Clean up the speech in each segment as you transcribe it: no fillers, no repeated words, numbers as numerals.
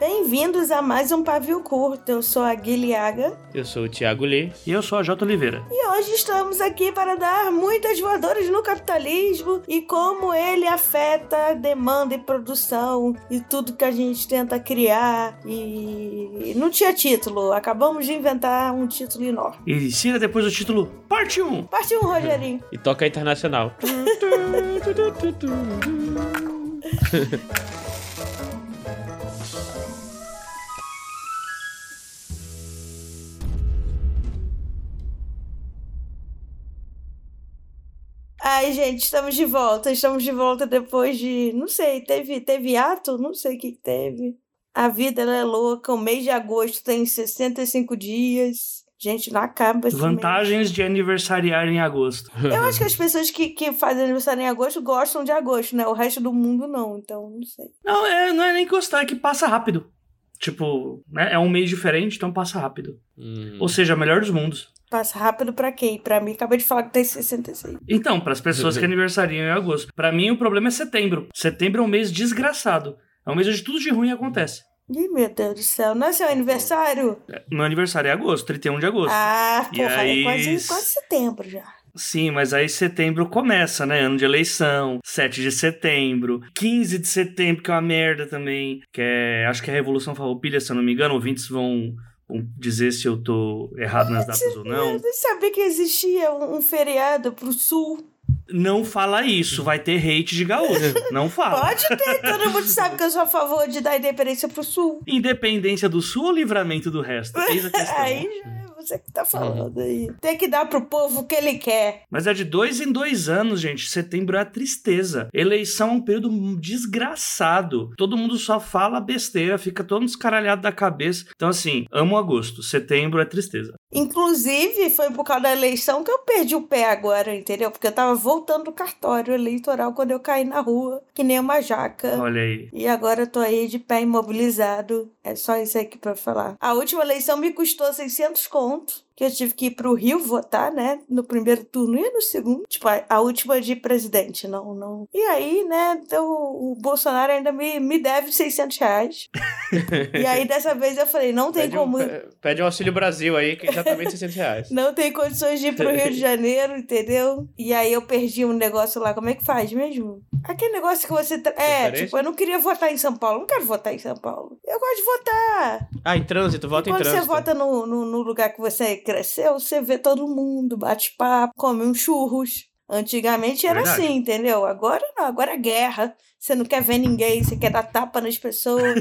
Bem-vindos a mais um Pavio Curto. Eu sou a Guilhaga. Eu sou o Thiago Lee. E eu sou a J. Oliveira. E hoje estamos aqui para dar muitas voadoras no capitalismo e como ele afeta a demanda e produção e tudo que a gente tenta criar. E não tinha título. Acabamos de inventar um título enorme. E ensina depois o título Parte 1. Parte 1, Rogerinho. E toca internacional. Ai, gente, estamos de volta. Estamos de volta depois de... Não sei, teve ato? Não sei o que teve. A vida, ela é louca. O mês de agosto tem 65 dias. Gente, não acaba esse Vantagens mês. de aniversariar em agosto. Eu acho que as pessoas que fazem aniversário em agosto gostam de agosto, né? O resto do mundo não, então não sei. Não é nem gostar, é que passa rápido. Tipo, né? É um mês diferente, então passa rápido. Ou seja, o melhor dos mundos. Passa rápido pra quem? Pra mim, acabei de falar que tem 66. Então, pras pessoas que aniversariam em agosto. Pra mim, o problema é setembro. Setembro é um mês desgraçado. É um mês onde tudo de ruim acontece. Ih, meu Deus do céu. Não é seu aniversário? Meu aniversário é agosto, 31 de agosto. Ah, E porra, aí... é quase setembro já. Sim, mas aí setembro começa, né? Ano de eleição, 7 de setembro, 15 de setembro, que é uma merda também. Que é, acho que é a Revolução Farroupilha, se eu não me engano. Ouvintes vão dizer se eu tô errado nas datas ou não. Eu nem sabia que existia um feriado pro sul. Não fala isso, vai ter hate de gaúcho. Não fala. Pode ter, todo mundo sabe que eu sou a favor de dar independência pro sul. Independência do sul ou livramento do resto? Eis a questão. Aí já é você que tá falando aí. Tem que dar pro povo o que ele quer. Mas é de 2 em 2 anos, gente. Setembro é a tristeza. Eleição é um período desgraçado. Todo mundo só fala besteira, fica todo descaralhado da cabeça. Então, assim, amo agosto. Setembro é tristeza. Inclusive, foi por causa da eleição que eu perdi o pé agora, entendeu? Porque eu tava voltando do cartório eleitoral quando eu caí na rua, que nem uma jaca. Olha aí. E agora eu tô aí de pé imobilizado. É só isso aqui pra falar. A última eleição me custou 600 conto. Que eu tive que ir pro Rio votar, né? No primeiro turno e no segundo. Tipo, a última de presidente, não. E aí, né? Então, o Bolsonaro ainda me deve 600 reais. E aí, dessa vez, eu falei, não tem como... Pede um Auxílio Brasil aí, que já tá bem 600 reais. Não tem condições de ir pro Rio de Janeiro, entendeu? E aí, eu perdi um negócio lá. Como é que faz mesmo? Aquele negócio que você... tipo, eu não queria votar em São Paulo. Não quero votar em São Paulo. Eu gosto de votar. Ah, em trânsito, vota em trânsito. Quando você vota no lugar que você cresceu, você vê todo mundo, bate papo, come uns churros. Antigamente era Verdade. assim, entendeu? Agora não, agora é guerra. Você não quer ver ninguém, você quer dar tapa nas pessoas.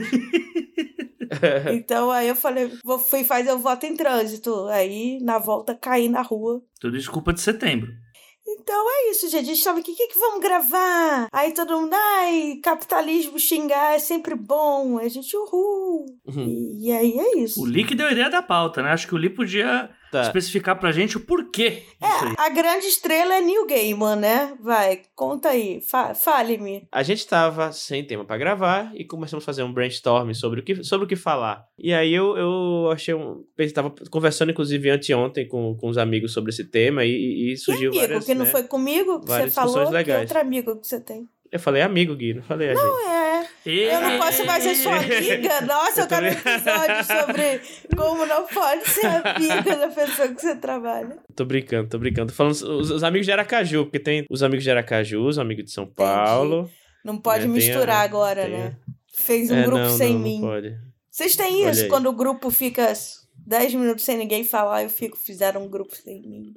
Então aí eu falei, fui fazer o voto em trânsito. Aí na volta caí na rua. Tudo desculpa de setembro. Então é isso, gente. A gente tava aqui, o que vamos gravar? Aí todo mundo, capitalismo xingar é sempre bom. A gente, uhul. E aí é isso. O Lee que deu a ideia da pauta, né? Acho que o Lee podia especificar pra gente o porquê disso aí. A grande estrela é Neil Gaiman, né? Vai, conta aí, fale-me. A gente tava sem tema pra gravar e começamos a fazer um brainstorm sobre o que falar. E aí eu achei tava conversando, inclusive, anteontem com uns amigos sobre esse tema e surgiu que amigo, várias, que não né, foi comigo que você falou? legais. Que outro amigo que você tem? Eu falei amigo, Gui, não falei a gente. Não é. Eu não posso mais ser sua amiga. Nossa, eu quero um episódio sobre como não pode ser amiga da pessoa que você trabalha. Tô brincando. Tô falando os amigos de Aracaju, porque tem os amigos de Aracaju, os amigos de São Paulo. Não pode misturar agora, né? Fez um grupo sem mim. Não pode. Vocês têm isso, quando o grupo fica 10 minutos sem ninguém falar, fizeram um grupo sem mim.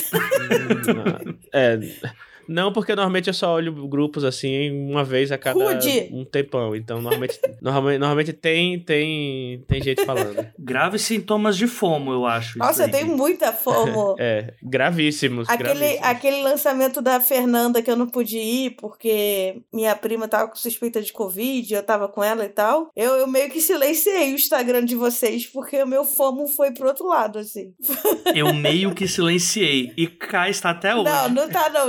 Não, porque normalmente eu só olho grupos assim uma vez a cada um tempão. Então, normalmente tem gente falando. Graves sintomas de FOMO, eu acho. Nossa, eu tenho muita FOMO. Gravíssimos. Aquele lançamento da Fernanda que eu não pude ir, porque minha prima tava com suspeita de Covid, eu tava com ela e tal. Eu meio que silenciei o Instagram de vocês, porque o meu FOMO foi pro outro lado, assim. Eu meio que silenciei. E cá está até hoje. Não tá não, já voltei.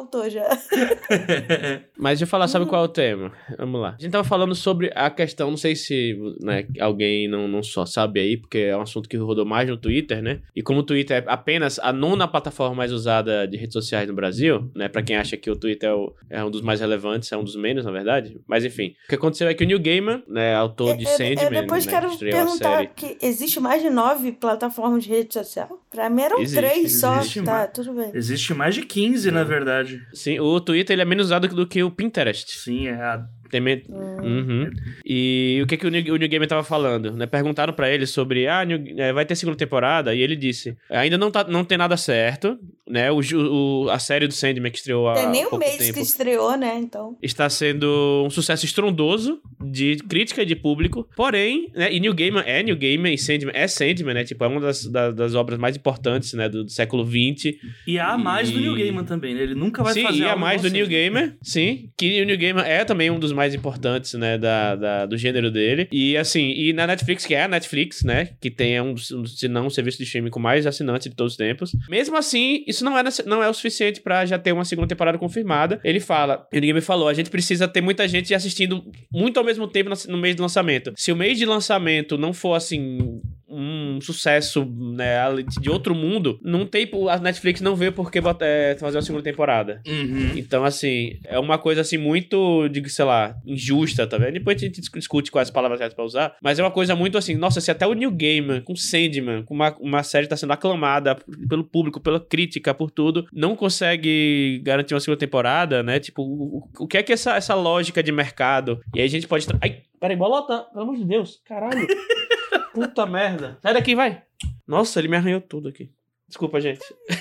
faltou já. Mas deixa eu falar, sabe qual é o tema? Vamos lá. A gente tava falando sobre a questão, não sei se né, alguém não só sabe aí, porque é um assunto que rodou mais no Twitter, né? E como o Twitter é apenas a nona plataforma mais usada de redes sociais no Brasil, né? Pra quem acha que o Twitter é um dos mais relevantes, é um dos menos, na verdade. Mas enfim, o que aconteceu é que o Neil Gaiman, né, autor de Sandman, eu depois né, quero que estreou a perguntar série... que existe mais de 9 plataformas de rede social? Pra mim eram 3 só. Tá, tudo bem. Existe mais de 15, na verdade. Sim, o Twitter ele é menos usado do que o Pinterest. Sim, é. Uhum. E o que o Neil Gaiman tava falando, né? Perguntaram pra ele sobre, vai ter segunda temporada, e ele disse, ainda não tem nada certo, né? A série do Sandman que estreou há pouco tempo. Tem nem um mês que estreou, né? Então. Está sendo um sucesso estrondoso de crítica e de público, porém, né? E Neil Gaiman e Sandman é Sandman, né? Tipo, é uma das obras mais importantes, né? Do século XX. E há mais do Neil Gaiman também, né? Ele nunca vai fazer algo. Sim, há mais do Neil Gaiman, sim. Que o Neil Gaiman é também um dos mais importantes, né, do gênero dele. E assim, e na Netflix, que é a Netflix, né, que tem se não um serviço de streaming com mais assinantes de todos os tempos. Mesmo assim, isso não é o suficiente pra já ter uma segunda temporada confirmada. Ele fala, e ninguém me falou, a gente precisa ter muita gente assistindo muito ao mesmo tempo no mês de lançamento. Se o mês de lançamento não for, assim, um sucesso, né, de outro mundo, não tem, a Netflix não vê por que fazer uma segunda temporada. Uhum. Então, assim, é uma coisa, assim, muito, sei lá, injusta, tá vendo? Depois a gente discute quais palavras certas pra usar, mas é uma coisa muito, assim, nossa, se até o Neil Gaiman, com Sandman, com uma série que tá sendo aclamada pelo público, pela crítica, por tudo, não consegue garantir uma segunda temporada, né? Tipo, o que é que essa lógica de mercado? E aí a gente pode... Ai, peraí, bolota, pelo amor de Deus, caralho. Puta merda. Sai daqui, vai. Nossa, ele me arranhou tudo aqui. Desculpa, gente.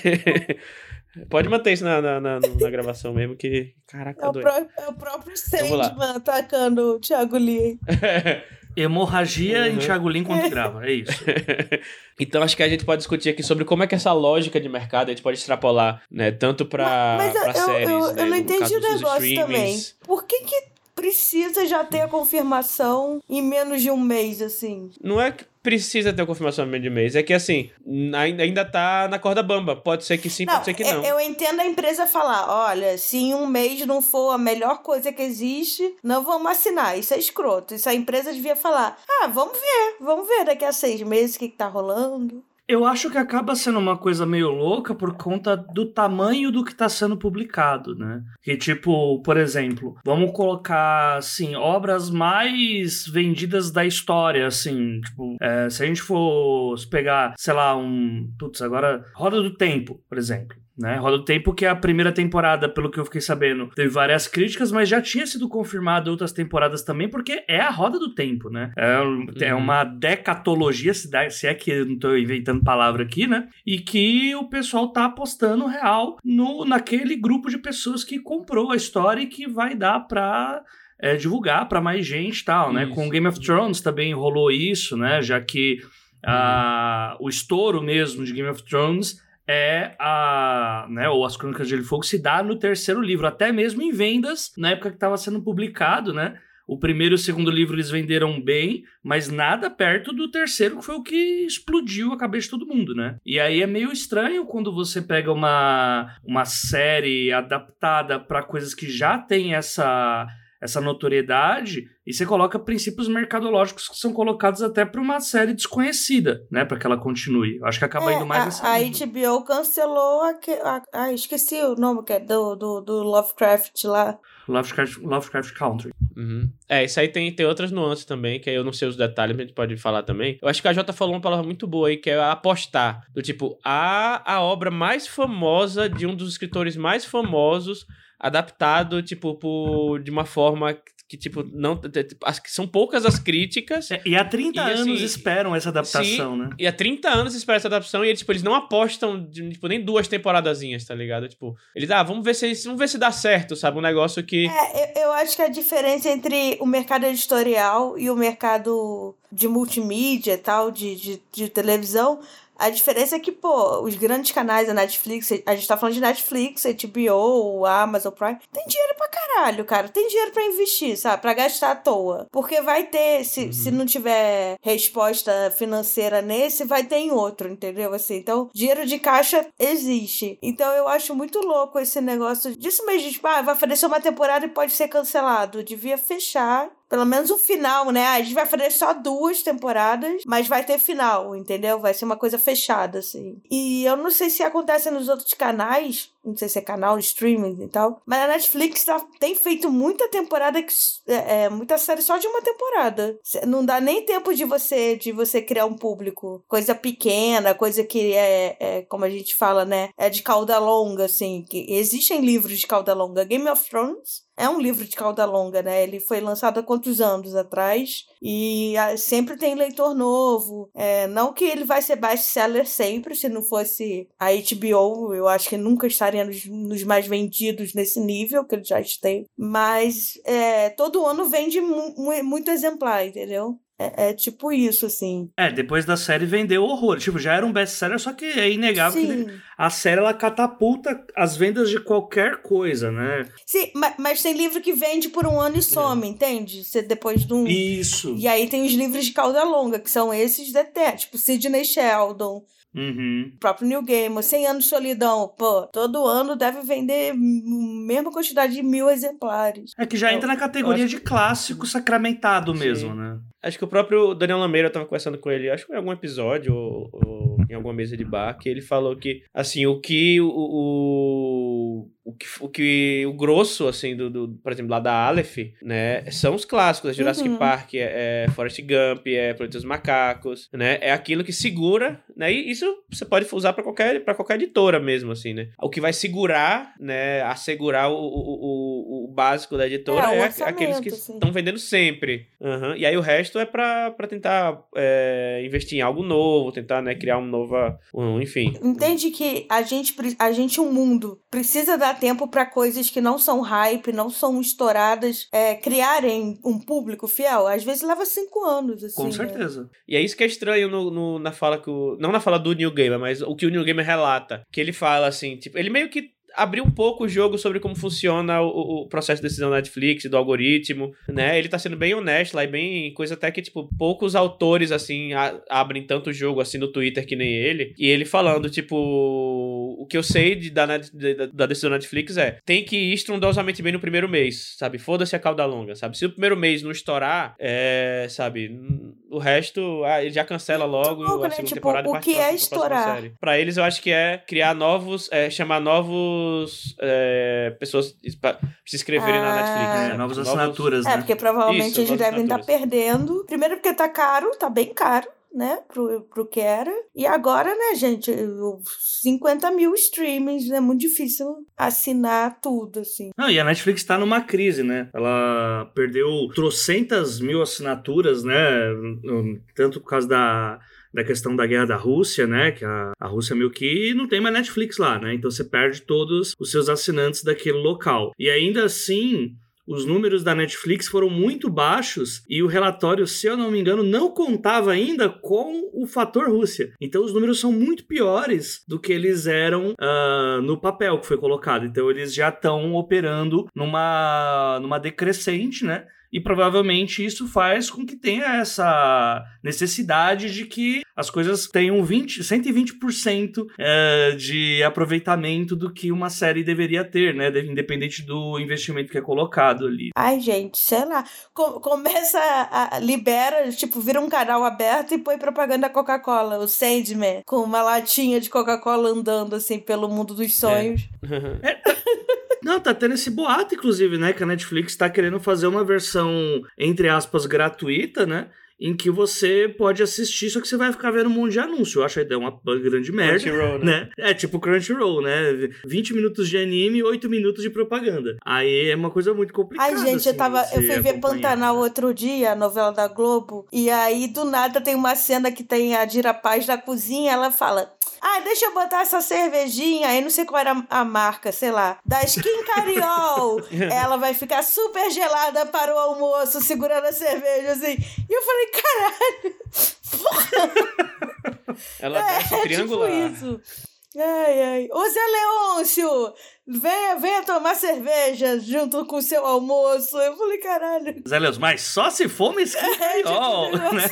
Pode manter isso na gravação mesmo, que... Caraca, é o próprio Sandman atacando o Thiago Lee. Hemorragia em Thiago Lee enquanto grava, é isso. Então acho que a gente pode discutir aqui sobre como é que essa lógica de mercado a gente pode extrapolar, né? Tanto pra séries, né? Eu não entendi o negócio também. Por que precisa já ter a confirmação em menos de um mês, assim? Não é que precisa ter a confirmação em menos de um mês, é que, assim, ainda tá na corda bamba. Pode ser que sim, pode ser que não. Eu entendo a empresa falar, olha, se em um mês não for a melhor coisa que existe, não vamos assinar. Isso é escroto. Isso a empresa devia falar, vamos ver daqui a 6 meses o que tá rolando. Eu acho que acaba sendo uma coisa meio louca por conta do tamanho do que está sendo publicado, né? Que, tipo, por exemplo, vamos colocar, assim, obras mais vendidas da história, assim, tipo, se a gente for pegar, sei lá, agora, Roda do Tempo, por exemplo. Né? Roda do Tempo, que é a primeira temporada, pelo que eu fiquei sabendo, teve várias críticas, mas já tinha sido confirmado outras temporadas também, porque é a Roda do Tempo, né? É uma decatologia, se é que eu não tô inventando palavra aqui, né? E que o pessoal tá apostando real naquele grupo de pessoas que comprou a história e que vai dar pra divulgar pra mais gente e tal, né? Com Game of Thrones também rolou isso, né? Já que o estouro mesmo de Game of Thrones ou As Crônicas de Gelo e Fogo se dá no terceiro livro, até mesmo em vendas, na época que estava sendo publicado, né? O primeiro e o segundo livro eles venderam bem, mas nada perto do terceiro, que foi o que explodiu a cabeça de todo mundo, né? E aí é meio estranho quando você pega uma série adaptada para coisas que já tem essa notoriedade, e você coloca princípios mercadológicos que são colocados até para uma série desconhecida, né, para que ela continue. Acho que acaba indo mais nessa linha. A HBO cancelou esqueci o nome que é do Lovecraft lá. Lovecraft Country. Uhum. Isso aí tem outras nuances também, que aí eu não sei os detalhes, mas a gente pode falar também. Eu acho que a Jota falou uma palavra muito boa aí, que é apostar. Do tipo, a obra mais famosa de um dos escritores mais famosos adaptado, tipo, de uma forma que, tipo, não... Acho que são poucas as críticas. E há 30 anos esperam essa adaptação, sim, né? E há 30 anos esperam essa adaptação e eles não apostam, tipo, nem 2 temporadazinhas, tá ligado? Tipo, eles, vamos ver se dá certo, sabe? Um negócio que... Eu acho que a diferença entre o mercado editorial e o mercado de multimídia e tal, de televisão... A diferença é que, os grandes canais da Netflix, a gente tá falando de Netflix, HBO, Amazon Prime, tem dinheiro pra caralho, cara. Tem dinheiro pra investir, sabe? Pra gastar à toa. Porque vai ter, se não tiver resposta financeira nesse, vai ter em outro, entendeu? Assim, então, dinheiro de caixa existe. Então, eu acho muito louco esse negócio disso mesmo. Tipo, vai oferecer uma temporada e pode ser cancelado. Devia fechar. Pelo menos o final, né? A gente vai fazer só 2 temporadas, mas vai ter final, entendeu? Vai ser uma coisa fechada, assim. E eu não sei se acontece nos outros canais, não sei se é canal, streaming e tal, mas a Netflix tem feito muita temporada, muita série só de uma temporada. Não dá nem tempo de você criar um público. Coisa pequena, coisa que como a gente fala, né? É de cauda longa, assim. Que existem livros de cauda longa. Game of Thrones é um livro de cauda longa, né? Ele foi lançado há quantos anos atrás e sempre tem leitor novo. Não que ele vai ser best-seller sempre, se não fosse a HBO, eu acho que nunca estaria nos mais vendidos nesse nível que ele já esteve. Mas todo ano vende muito exemplar, entendeu? É tipo isso, assim. Depois da série vendeu horror. Tipo, já era um best-seller, só que é inegável Sim. que a série, ela catapulta as vendas de qualquer coisa, né? Sim, mas tem livro que vende por um ano e some, entende? Você depois de um... Isso. E aí tem os livros de cauda longa, que são esses tipo Sidney Sheldon, o próprio Neil Gaiman, 100 anos de solidão, pô, todo ano deve vender a mesma quantidade de 1000 exemplares. Que já entra na categoria de clássico sacramentado mesmo, né? Acho que o próprio Daniel Lameira, eu tava conversando com ele, acho que em algum episódio ou em alguma mesa de bar, que ele falou que, assim, o grosso, assim, por exemplo, lá da Aleph, né, são os clássicos, Jurassic Park, Forrest Gump, Planeta dos Macacos, né, é aquilo que segura, né, e isso você pode usar pra qualquer editora mesmo, assim, né. O que vai segurar, né, assegurar o básico da editora aqueles que estão vendendo sempre. E aí o resto é pra tentar investir em algo novo, tentar, né, criar enfim. Entende que a gente, o mundo, precisa dar tempo pra coisas que não são hype, não são estouradas, criarem um público fiel. Às vezes leva 5 anos, assim. Com certeza. Né? E é isso que é estranho na fala não na fala do Neil Gaiman, mas o que o Neil Gaiman relata. Que ele fala assim, tipo, ele meio que abriu um pouco o jogo sobre como funciona o processo de decisão da Netflix, do algoritmo, né? Ele tá sendo bem honesto lá e bem... Coisa até que, tipo, poucos autores, assim, abrem tanto jogo, assim, no Twitter que nem ele. E ele falando, tipo... O que eu sei da decisão da Netflix tem que ir estrondosamente bem no primeiro mês, sabe? Foda-se a cauda longa, sabe? Se o primeiro mês não estourar, sabe? O resto, ele já cancela logo a segunda temporada. O que é estourar? Série. Pra eles, eu acho que é criar novos... chamar novos pessoas pra se inscreverem na Netflix. Novas assinaturas, né? Porque provavelmente eles devem estar perdendo. Primeiro porque tá caro, tá bem caro, né? Pro que era. E agora, né, gente, 50 mil streamings, é muito difícil assinar tudo, assim. Não, e a Netflix tá numa crise, né? Ela perdeu trocentas mil assinaturas, né? Tanto por causa da questão da guerra da Rússia, né, que a Rússia meio que não tem mais Netflix lá, né, então você perde todos os seus assinantes daquele local. E ainda assim, os números da Netflix foram muito baixos e o relatório, se eu não me engano, não contava ainda com o fator Rússia. Então os números são muito piores do que eles eram no papel que foi colocado. Então eles já estão operando numa decrescente, né? E provavelmente isso faz com que tenha essa necessidade de que as coisas tenham 120% de aproveitamento do que uma série deveria ter, né? Independente do investimento que é colocado ali. Ai, gente, sei lá. Começa libera, tipo, vira um canal aberto e põe propaganda da Coca-Cola, o Sandman, com uma latinha de Coca-Cola andando, assim, pelo mundo dos sonhos. Não, tá tendo esse boato, inclusive, né? Que a Netflix tá querendo fazer uma versão, entre aspas, gratuita, né? Em que você pode assistir, só que você vai ficar vendo um monte de anúncio. Eu acho a ideia uma grande merda. Crunchyroll, né? Tipo Crunchyroll, né? 20 minutos de anime e 8 minutos de propaganda. Aí é uma coisa muito complicada. Ai, gente, assim, eu fui ver Pantanal outro dia, a novela da Globo, e aí do nada tem uma cena que tem a Dira Paz na cozinha, ela fala... deixa eu botar essa cervejinha, aí não sei qual era a marca, sei lá, da Skin Cariol. Ela vai ficar super gelada para o almoço, segurando a cerveja, assim. E eu falei, caralho, porra. Ela desce triangular. Tipo isso. Ai. Ô, Zé Leôncio, venha tomar cerveja junto com o seu almoço. Eu falei, caralho. Zé Leôncio, mas só se for uma skin Cariol, né?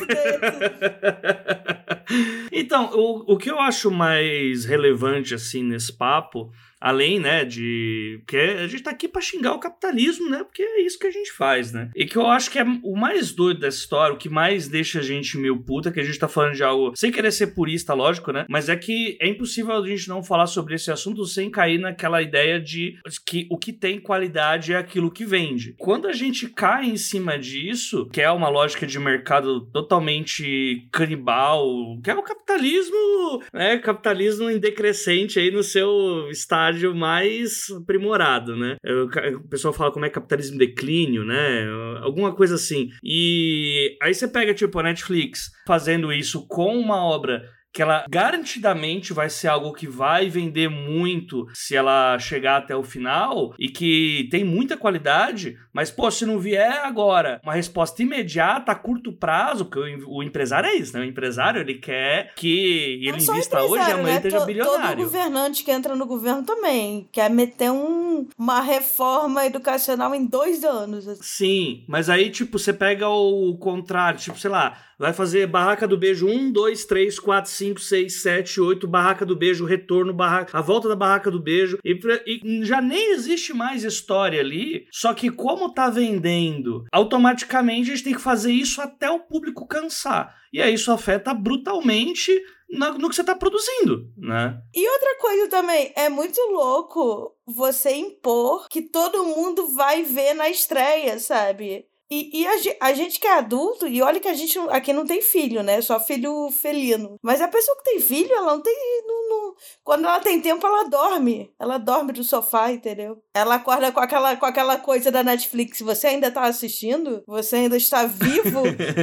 Então, o que eu acho mais relevante, assim, nesse papo, além, né, de... Porque a gente tá aqui pra xingar o capitalismo, né? Porque é isso que a gente faz, né? E que eu acho que é o mais doido dessa história, o que mais deixa a gente meio puta, que a gente tá falando de algo... Sem querer ser purista, lógico, né? Mas é que é impossível a gente não falar sobre esse assunto sem cair naquela ideia de que o que tem qualidade é aquilo que vende. Quando a gente cai em cima disso, que é uma lógica de mercado totalmente canibal, que é o capitalismo, né? Capitalismo em decrescente aí no seu estágio mais aprimorado, né? O pessoal fala como é capitalismo declínio, né? Alguma coisa assim. E aí você pega, tipo, a Netflix fazendo isso com uma obra que ela garantidamente vai ser algo que vai vender muito se ela chegar até o final e que tem muita qualidade, mas, pô, se não vier agora uma resposta imediata, a curto prazo, porque o empresário é isso, né? O empresário, ele quer que ele invista hoje e amanhã né? esteja bilionário. Todo governante que entra no governo também quer meter uma reforma educacional em 2 anos. Assim. Sim, mas aí, tipo, você pega o contrário, tipo, sei lá, vai fazer Barraca do Beijo 1, 2, 3, 4, 5, 6, 7, 8, Barraca do Beijo, Retorno, a volta da Barraca do Beijo, e já nem existe mais história ali, só que como tá vendendo, automaticamente a gente tem que fazer isso até o público cansar. E aí isso afeta brutalmente no que você tá produzindo, né? E outra coisa também, é muito louco você impor que todo mundo vai ver na estreia, sabe? E a gente que é adulto, e olha que a gente aqui não tem filho, né? Só filho felino. Mas a pessoa que tem filho, ela não tem... Quando ela tem tempo, ela dorme. Ela dorme do sofá, entendeu? Ela acorda com aquela coisa da Netflix. Você ainda tá assistindo? Você ainda está vivo?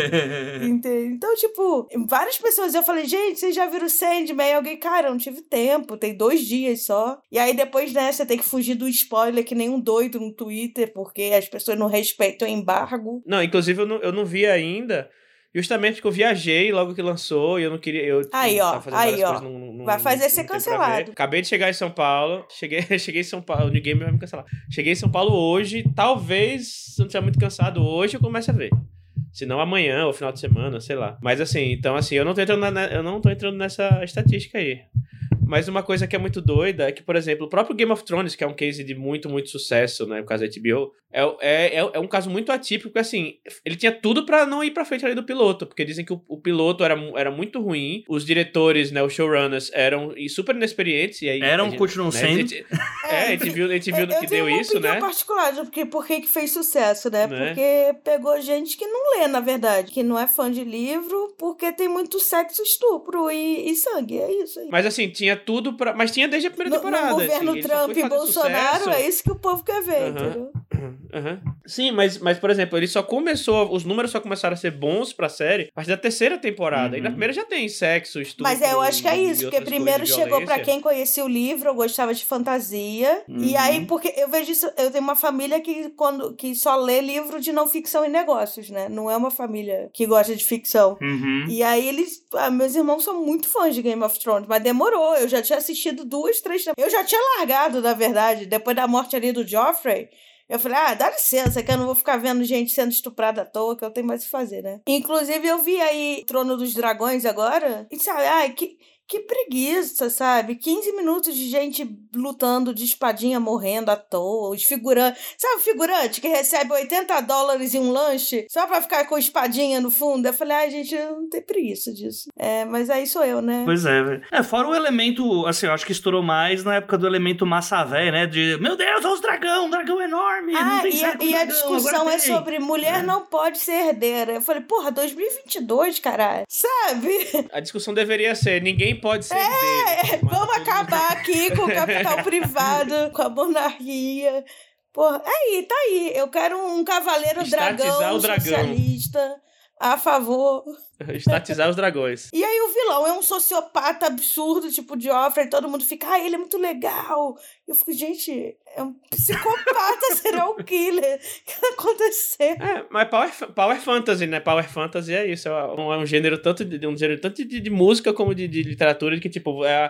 Então, tipo, várias pessoas... Eu falei, gente, vocês já viram Sandman? E alguém, cara, eu não tive tempo. Tem 2 dias só. E aí depois, né, você tem que fugir do spoiler que nem um doido no Twitter, porque as pessoas não respeitam o embargo. Não, inclusive eu não vi ainda, justamente porque eu viajei logo que lançou e eu não queria... Eu tava fazendo várias coisas, não, vai fazer ser cancelado. Acabei de chegar em São Paulo, cheguei em São Paulo, o New Game vai me cancelar. Cheguei em São Paulo hoje, talvez, se eu não estiver muito cansado hoje, eu comece a ver. Se não amanhã ou final de semana, sei lá. Mas assim, então assim, eu não tô entrando nessa estatística aí. Mas uma coisa que é muito doida é que, por exemplo, o próprio Game of Thrones, que é um case de muito, muito sucesso, né, no caso da HBO, é um caso muito atípico, porque, assim, ele tinha tudo pra não ir pra frente ali do piloto, porque dizem que o piloto era muito ruim, os diretores, né, os showrunners, eram super inexperientes, e aí... Continuam sendo. A gente viu que deu isso, né? Eu tenho particular, por que fez sucesso, né? Porque pegou gente que não lê, na verdade, que não é fã de livro, porque tem muito sexo, estupro e sangue, é isso aí. Mas, assim, tinha tudo pra... Mas tinha desde a primeira temporada. No governo Trump e Bolsonaro, sucesso. É isso que o povo quer ver, entendeu? Sim, mas, por exemplo, os números só começaram a ser bons pra série a partir da 3ª temporada. E na primeira já tem sexo, estupro... Mas eu acho que é isso, porque primeiro chegou pra quem conhecia o livro, eu gostava de fantasia. E aí, porque eu vejo isso, eu tenho uma família que só lê livro de não ficção e negócios, né? Não é uma família que gosta de ficção. E aí meus irmãos são muito fãs de Game of Thrones, mas demorou, eu já tinha assistido 2, 3... Eu já tinha largado, na verdade, depois da morte ali do Joffrey. Eu falei, dá licença, que eu não vou ficar vendo gente sendo estuprada à toa, que eu tenho mais o que fazer, né? Inclusive, eu vi aí Trono dos Dragões agora, e sabe, que preguiça, sabe? 15 minutos de gente lutando de espadinha, morrendo à toa, os figurantes... Sabe o figurante que recebe $80 em um lanche só pra ficar com espadinha no fundo? Eu falei, gente, eu não tenho preguiça disso. Mas aí sou eu, né? Pois é, velho. Fora o elemento, assim, eu acho que estourou mais na época do elemento massa véia, né? De, meu Deus, olha os dragão, um dragão enorme, não tem certo e a discussão é sobre mulher não pode ser herdeira. Eu falei, porra, 2022, caralho. Sabe? A discussão deveria ser, ninguém pode ser herdeiro. Vamos acabar aqui com o capital privado, com a monarquia. Porra, tá aí. Eu quero um cavaleiro dragão socialista a favor. Estatizar os dragões. E aí o vilão é um sociopata absurdo, tipo Joffrey, todo mundo fica, ele é muito legal. Eu fico, gente, é um psicopata, serial killer. O que vai acontecer? Mas Power Fantasy, né? Power Fantasy é isso. É um gênero tanto de música como de literatura, que, tipo,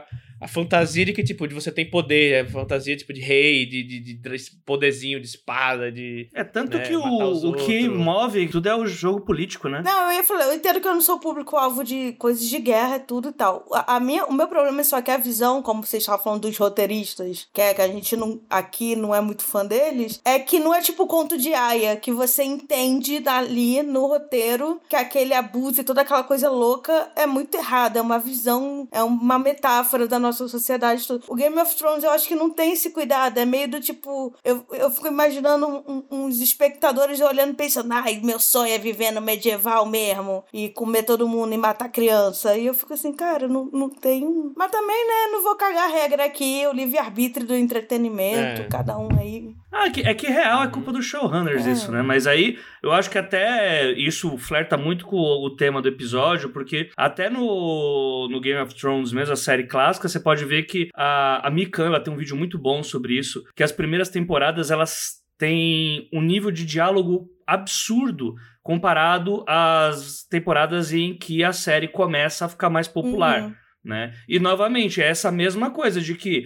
a fantasia de que, tipo, de você tem poder, a fantasia, tipo, de rei, de poderzinho, de espada, de... Tanto, né, que o que move tudo é o jogo político, né? Não, eu ia falar, eu entendo que eu não sou público-alvo de coisas de guerra e tudo e tal. O meu problema é só que a visão, como vocês estavam falando dos roteiristas, que a gente aqui não é muito fã deles, é que não é tipo conto de Aya, que você entende dali no roteiro que aquele abuso e toda aquela coisa louca é muito errado, é uma visão, é uma metáfora da nossa sociedade. Tudo. O Game of Thrones eu acho que não tem esse cuidado, é meio do tipo, eu fico imaginando uns espectadores olhando e pensando, ai, meu sonho é viver no medieval mesmo, e comer todo mundo e matar criança, e eu fico assim, cara, não tenho... Mas também, né, não vou cagar a regra aqui, o livre-arbítrio do entretenimento, cada um aí... É que real é culpa dos showrunners isso, né? Mas aí eu acho que até isso flerta muito com o tema do episódio, porque até no Game of Thrones mesmo, a série clássica, você pode ver que a Mikan, ela tem um vídeo muito bom sobre isso, que as primeiras temporadas, elas têm um nível de diálogo absurdo comparado às temporadas em que a série começa a ficar mais popular. Né? E novamente, é essa mesma coisa de que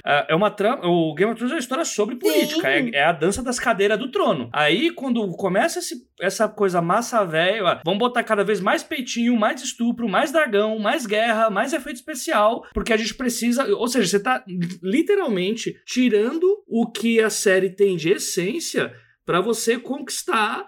o Game of Thrones é uma história sobre política, é a dança das cadeiras do trono. Aí quando começa essa coisa massa velha, vamos botar cada vez mais peitinho, mais estupro, mais dragão, mais guerra, mais efeito especial, porque a gente precisa, ou seja, você tá literalmente tirando o que a série tem de essência pra você conquistar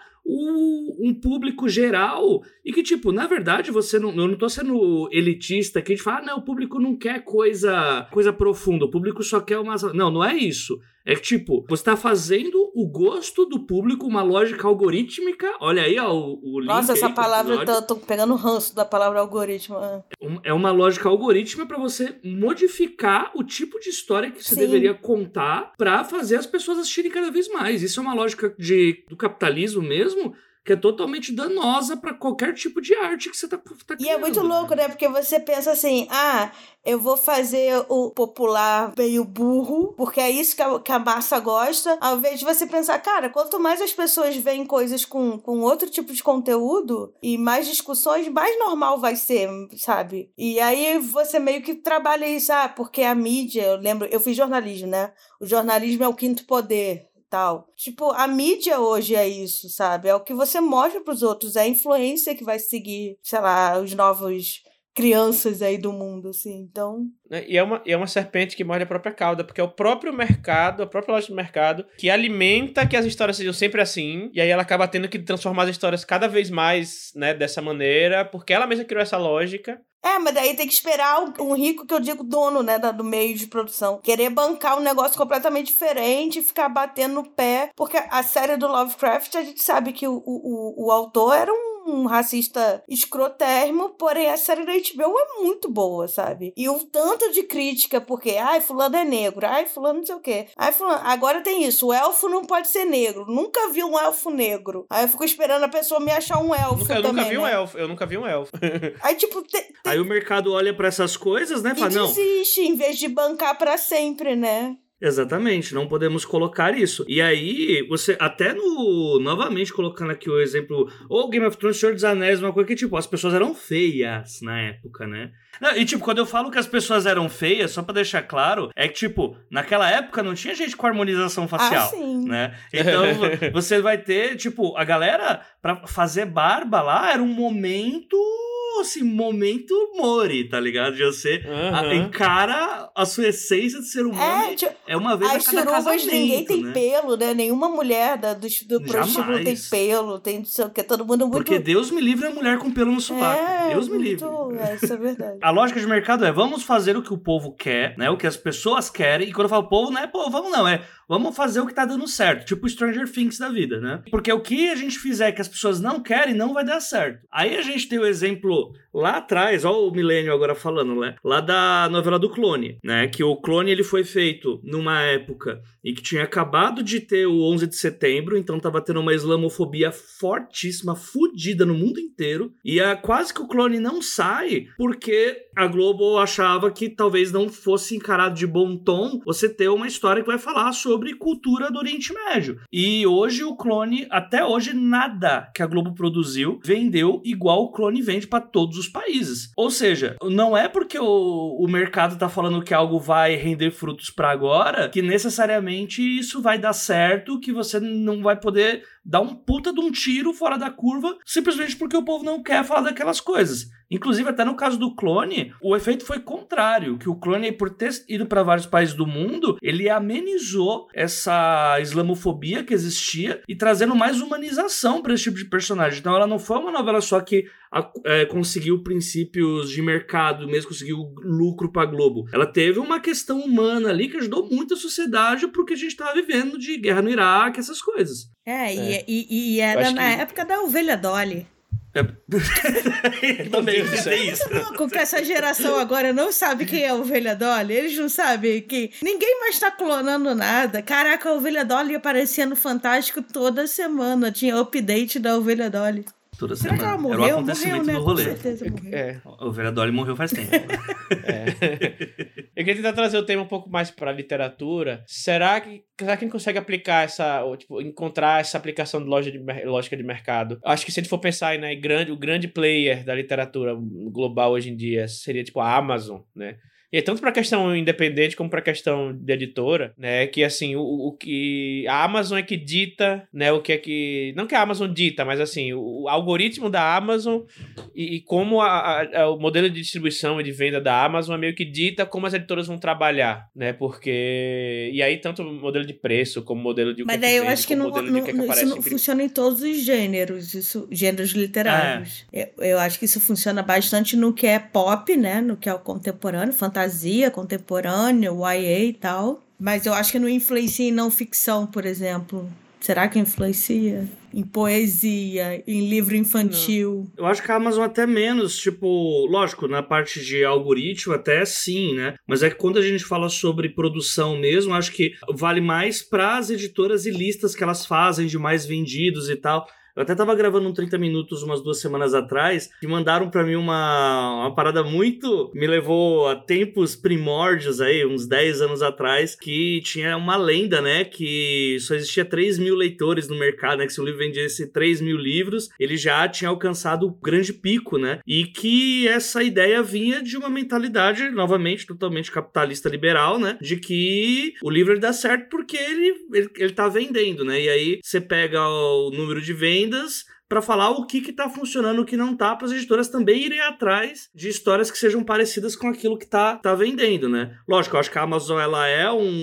um público geral e que, tipo, na verdade, eu não tô sendo elitista aqui de falar, não, o público não quer coisa profunda, o público só quer uma... Não é isso. É que, tipo, você tá fazendo o gosto do público uma lógica algorítmica. Olha aí, ó, o link. Nossa, essa palavra, eu tô pegando ranço da palavra algoritmo. É uma lógica algorítmica pra você modificar o tipo de história que você deveria contar pra fazer as pessoas assistirem cada vez mais. Isso é uma lógica do capitalismo mesmo, que é totalmente danosa pra qualquer tipo de arte que você tá criando. E é muito louco, né? Porque você pensa assim, eu vou fazer o popular meio burro, porque é isso que a massa gosta, ao invés de você pensar, cara, quanto mais as pessoas veem coisas com outro tipo de conteúdo e mais discussões, mais normal vai ser, sabe? E aí você meio que trabalha isso, porque a mídia, eu lembro, eu fiz jornalismo, né? O jornalismo é o quinto poder. Tal. Tipo, a mídia hoje é isso, sabe? É o que você mostra pros outros, é a influência que vai seguir, sei lá, os novos crianças aí do mundo, assim, então... E é uma serpente que morde a própria cauda, porque é o próprio mercado, a própria loja do mercado, que alimenta que as histórias sejam sempre assim, e aí ela acaba tendo que transformar as histórias cada vez mais, né, dessa maneira, porque ela mesma criou essa lógica. Mas daí tem que esperar um rico, que eu digo dono, né, do meio de produção, querer bancar um negócio completamente diferente e ficar batendo no pé, porque a série do Lovecraft, a gente sabe que o autor era um racista escrotérrimo, porém a série da HBO é muito boa, sabe? E o tanto de crítica, porque, fulano é negro, fulano não sei o quê, fulano... Agora tem isso, o elfo não pode ser negro, nunca vi um elfo negro. Aí eu fico esperando a pessoa me achar um elfo também, Eu nunca vi um elfo. Aí, tipo... Aí o mercado olha pra essas coisas, né? Fala, e desiste, em vez de bancar pra sempre, né? Exatamente, não podemos colocar isso. E aí, você, até novamente colocando aqui o exemplo, ou Game of Thrones, Senhor dos Anéis, uma coisa que, tipo, as pessoas eram feias na época, né? Não, e, tipo, quando eu falo que as pessoas eram feias, só pra deixar claro, é que, tipo, naquela época não tinha gente com harmonização facial, sim. Né? Então, você vai ter, tipo, a galera, pra fazer barba lá, era um momento... assim, momento Mori, tá ligado? De você encara a sua essência de ser humano. É uma vez a cada casamento, ninguém tem pelo, né? Nenhuma mulher do prostíbulo tem pelo, tem não sei o que, todo mundo muito... Porque Deus me livre a mulher com pelo no sovaco. Deus me livre. Isso é verdade. A lógica de mercado vamos fazer o que o povo quer, né? O que as pessoas querem. E quando eu falo povo, não é povo, vamos não. Vamos fazer o que tá dando certo. Tipo Stranger Things da vida, né? Porque o que a gente fizer que as pessoas não querem, não vai dar certo. Aí a gente tem o exemplo lá atrás, ó o Milênio agora falando, né? Lá da novela do Clone, né? Que o Clone, ele foi feito numa época em que tinha acabado de ter o 11 de setembro, então tava tendo uma islamofobia fortíssima, fudida no mundo inteiro. E quase que o Clone não sai, porque a Globo achava que talvez não fosse encarado de bom tom você ter uma história que vai falar sobre sobre cultura do Oriente Médio. E hoje o Clone, até hoje, nada que a Globo produziu vendeu igual o Clone vende para todos os países. Ou seja, não é porque o mercado tá falando que algo vai render frutos para agora que necessariamente isso vai dar certo, que você não vai poder dar um puta de um tiro fora da curva simplesmente porque o povo não quer falar daquelas coisas. Inclusive, até no caso do Clone, o efeito foi contrário, que o Clone, por ter ido para vários países do mundo, ele amenizou essa islamofobia que existia e trazendo mais humanização para esse tipo de personagem. Então ela não foi uma novela só que conseguiu princípios de mercado, mesmo conseguiu lucro para Globo. Ela teve uma questão humana ali que ajudou muito a sociedade pro que a gente tava vivendo de guerra no Iraque, essas coisas. E era na época da Ovelha Dolly. Também tem isso. Com que essa geração agora não sabe quem é a Ovelha Dolly. Eles não sabem que ninguém mais tá clonando nada. Caraca, a Ovelha Dolly aparecia no Fantástico toda semana. Tinha update da Ovelha Dolly. Toda Será semana. que ela morreu? Era o acontecimento morreu, né? do rolê. Com certeza morreu. A Ovelha Dolly morreu faz tempo. Eu queria tentar trazer o tema um pouco mais pra literatura. Será que quem consegue aplicar encontrar essa aplicação de lógica de mercado? Acho que se a gente for pensar aí, né, o grande player da literatura global hoje em dia seria tipo a Amazon, né? E é tanto para questão independente como para questão de editora, né? Que assim, o que a Amazon é que dita, né? O que é que... Não que a Amazon dita, mas assim, o algoritmo da Amazon e como o modelo de distribuição e de venda da Amazon é meio que dita como as editoras vão trabalhar, né? Porque... E aí, tanto o modelo de preço como o modelo de... Mas daí eu acho que isso não funciona em todos os gêneros, gêneros literários. Eu acho que isso funciona bastante no que é pop, né? No que é o contemporâneo, fantasia, contemporânea, YA e tal. Mas eu acho que não influencia em não ficção, por exemplo. Será que influencia? Em poesia, em livro infantil? Não. Eu acho que a Amazon até menos, tipo, lógico, na parte de algoritmo até sim, né? Mas é que quando a gente fala sobre produção mesmo, acho que vale mais para as editoras e listas que elas fazem de mais vendidos e tal. Eu até tava gravando um 30 minutos umas 2 semanas atrás e mandaram pra mim uma parada muito... Me levou a tempos primórdios aí, uns 10 anos atrás, que tinha uma lenda, né? Que só existia 3 mil leitores no mercado, né? Que se o livro vendesse 3 mil livros, ele já tinha alcançado o grande pico, né? E que essa ideia vinha de uma mentalidade, novamente, totalmente capitalista liberal, né? De que o livro ele dá certo porque ele tá vendendo, né? E aí você pega o número de vendas para falar o que tá funcionando, o que não tá, para as editoras também irem atrás de histórias que sejam parecidas com aquilo que tá vendendo, né? Lógico, eu acho que a Amazon ela é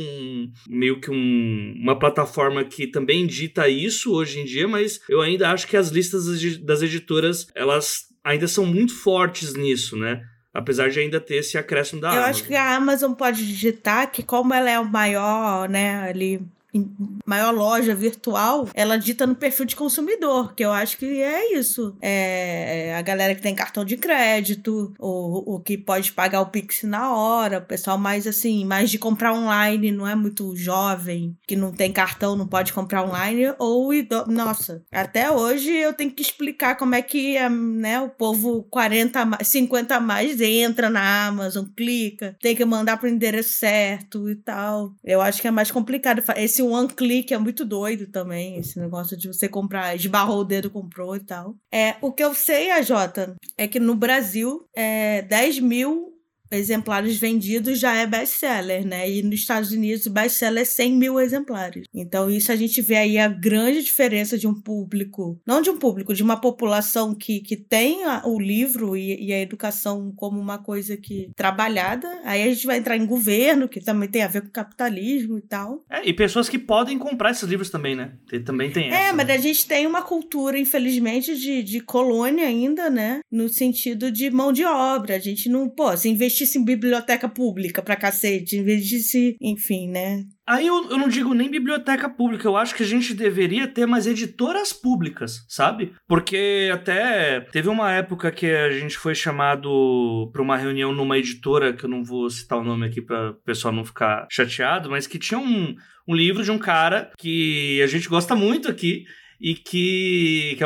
meio que uma plataforma que também dita isso hoje em dia, mas eu ainda acho que as listas das editoras, elas ainda são muito fortes nisso, né? Apesar de ainda ter esse acréscimo da Amazon. Eu acho que a Amazon pode digitar que como ela é o maior, né, ali... maior loja virtual, ela dita no perfil de consumidor, que eu acho que é isso. É a galera que tem cartão de crédito, o que pode pagar o Pix na hora, o pessoal mais assim, mais de comprar online, não é muito jovem, que não tem cartão, não pode comprar online, ou nossa, até hoje eu tenho que explicar como é que né, o povo 50 a mais entra na Amazon, clica, tem que mandar pro endereço certo e tal. Eu acho que é mais complicado. Esse one click é muito doido também, esse negócio de você comprar, esbarrou o dedo, comprou e tal. O que eu sei, Jota, é que no Brasil, 10 mil exemplares vendidos já é best-seller, né? E nos Estados Unidos o best-seller é 100 mil exemplares. Então isso a gente vê aí a grande diferença de um público, não de um público, de uma população que tem o livro e a educação como uma coisa que trabalhada. Aí a gente vai entrar em governo, que também tem a ver com capitalismo e tal. E pessoas que podem comprar esses livros também, né? Também tem essa. Mas a gente tem uma cultura, infelizmente, de colônia ainda, né? No sentido de mão de obra. A gente não, se investisse em biblioteca pública pra cacete, investisse, enfim, né? Aí eu não digo nem biblioteca pública, eu acho que a gente deveria ter mais editoras públicas, sabe? Porque até teve uma época que a gente foi chamado pra uma reunião numa editora, que eu não vou citar o nome aqui pra o pessoal não ficar chateado, mas que tinha um livro de um cara que a gente gosta muito aqui, e que é o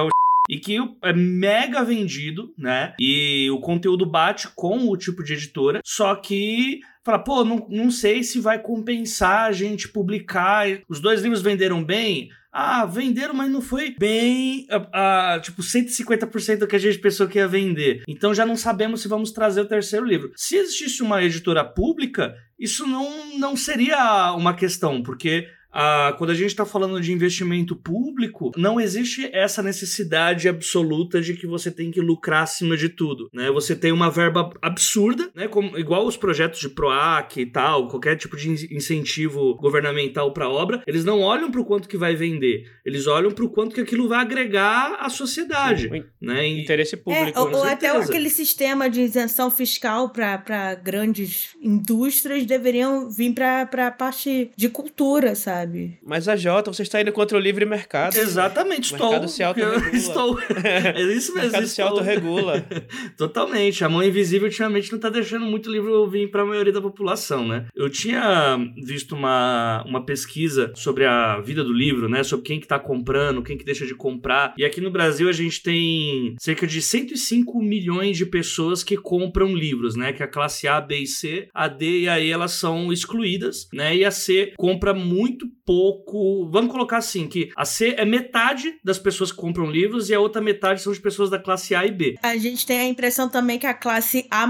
e que é mega vendido, né? E o conteúdo bate com o tipo de editora, só que fala, pô, não sei se vai compensar a gente publicar. Os 2 livros venderam bem? Ah, venderam, mas não foi bem, tipo, 150% do que a gente pensou que ia vender. Então já não sabemos se vamos trazer o 3º livro. Se existisse uma editora pública, isso não seria uma questão, porque quando a gente está falando de investimento público, não existe essa necessidade absoluta de que você tem que lucrar acima de tudo, né? Você tem uma verba absurda, né? Igual os projetos de PROAC e tal, qualquer tipo de incentivo governamental para obra, eles não olham para o quanto que vai vender, eles olham para o quanto que aquilo vai agregar à sociedade, né? Interesse público. Ou até aquele sistema de isenção fiscal para grandes indústrias deveriam vir para a parte de cultura, sabe? Mas a Jota, você está indo contra o livre mercado. Exatamente, O mercado se autorregula. É isso mesmo. O mercado se autorregula. Totalmente. A mão invisível ultimamente não está deixando muito livro vir para a maioria da população, né? Eu tinha visto uma pesquisa sobre a vida do livro, né? Sobre quem que tá comprando, quem que deixa de comprar. E aqui no Brasil a gente tem cerca de 105 milhões de pessoas que compram livros, né? Que a classe A, B e C, a D e a E, elas são excluídas, né? E a C compra muito pouco. Vamos colocar assim, que a C é metade das pessoas que compram livros e a outra metade são de pessoas da classe A e B. A gente tem a impressão também que a classe A+,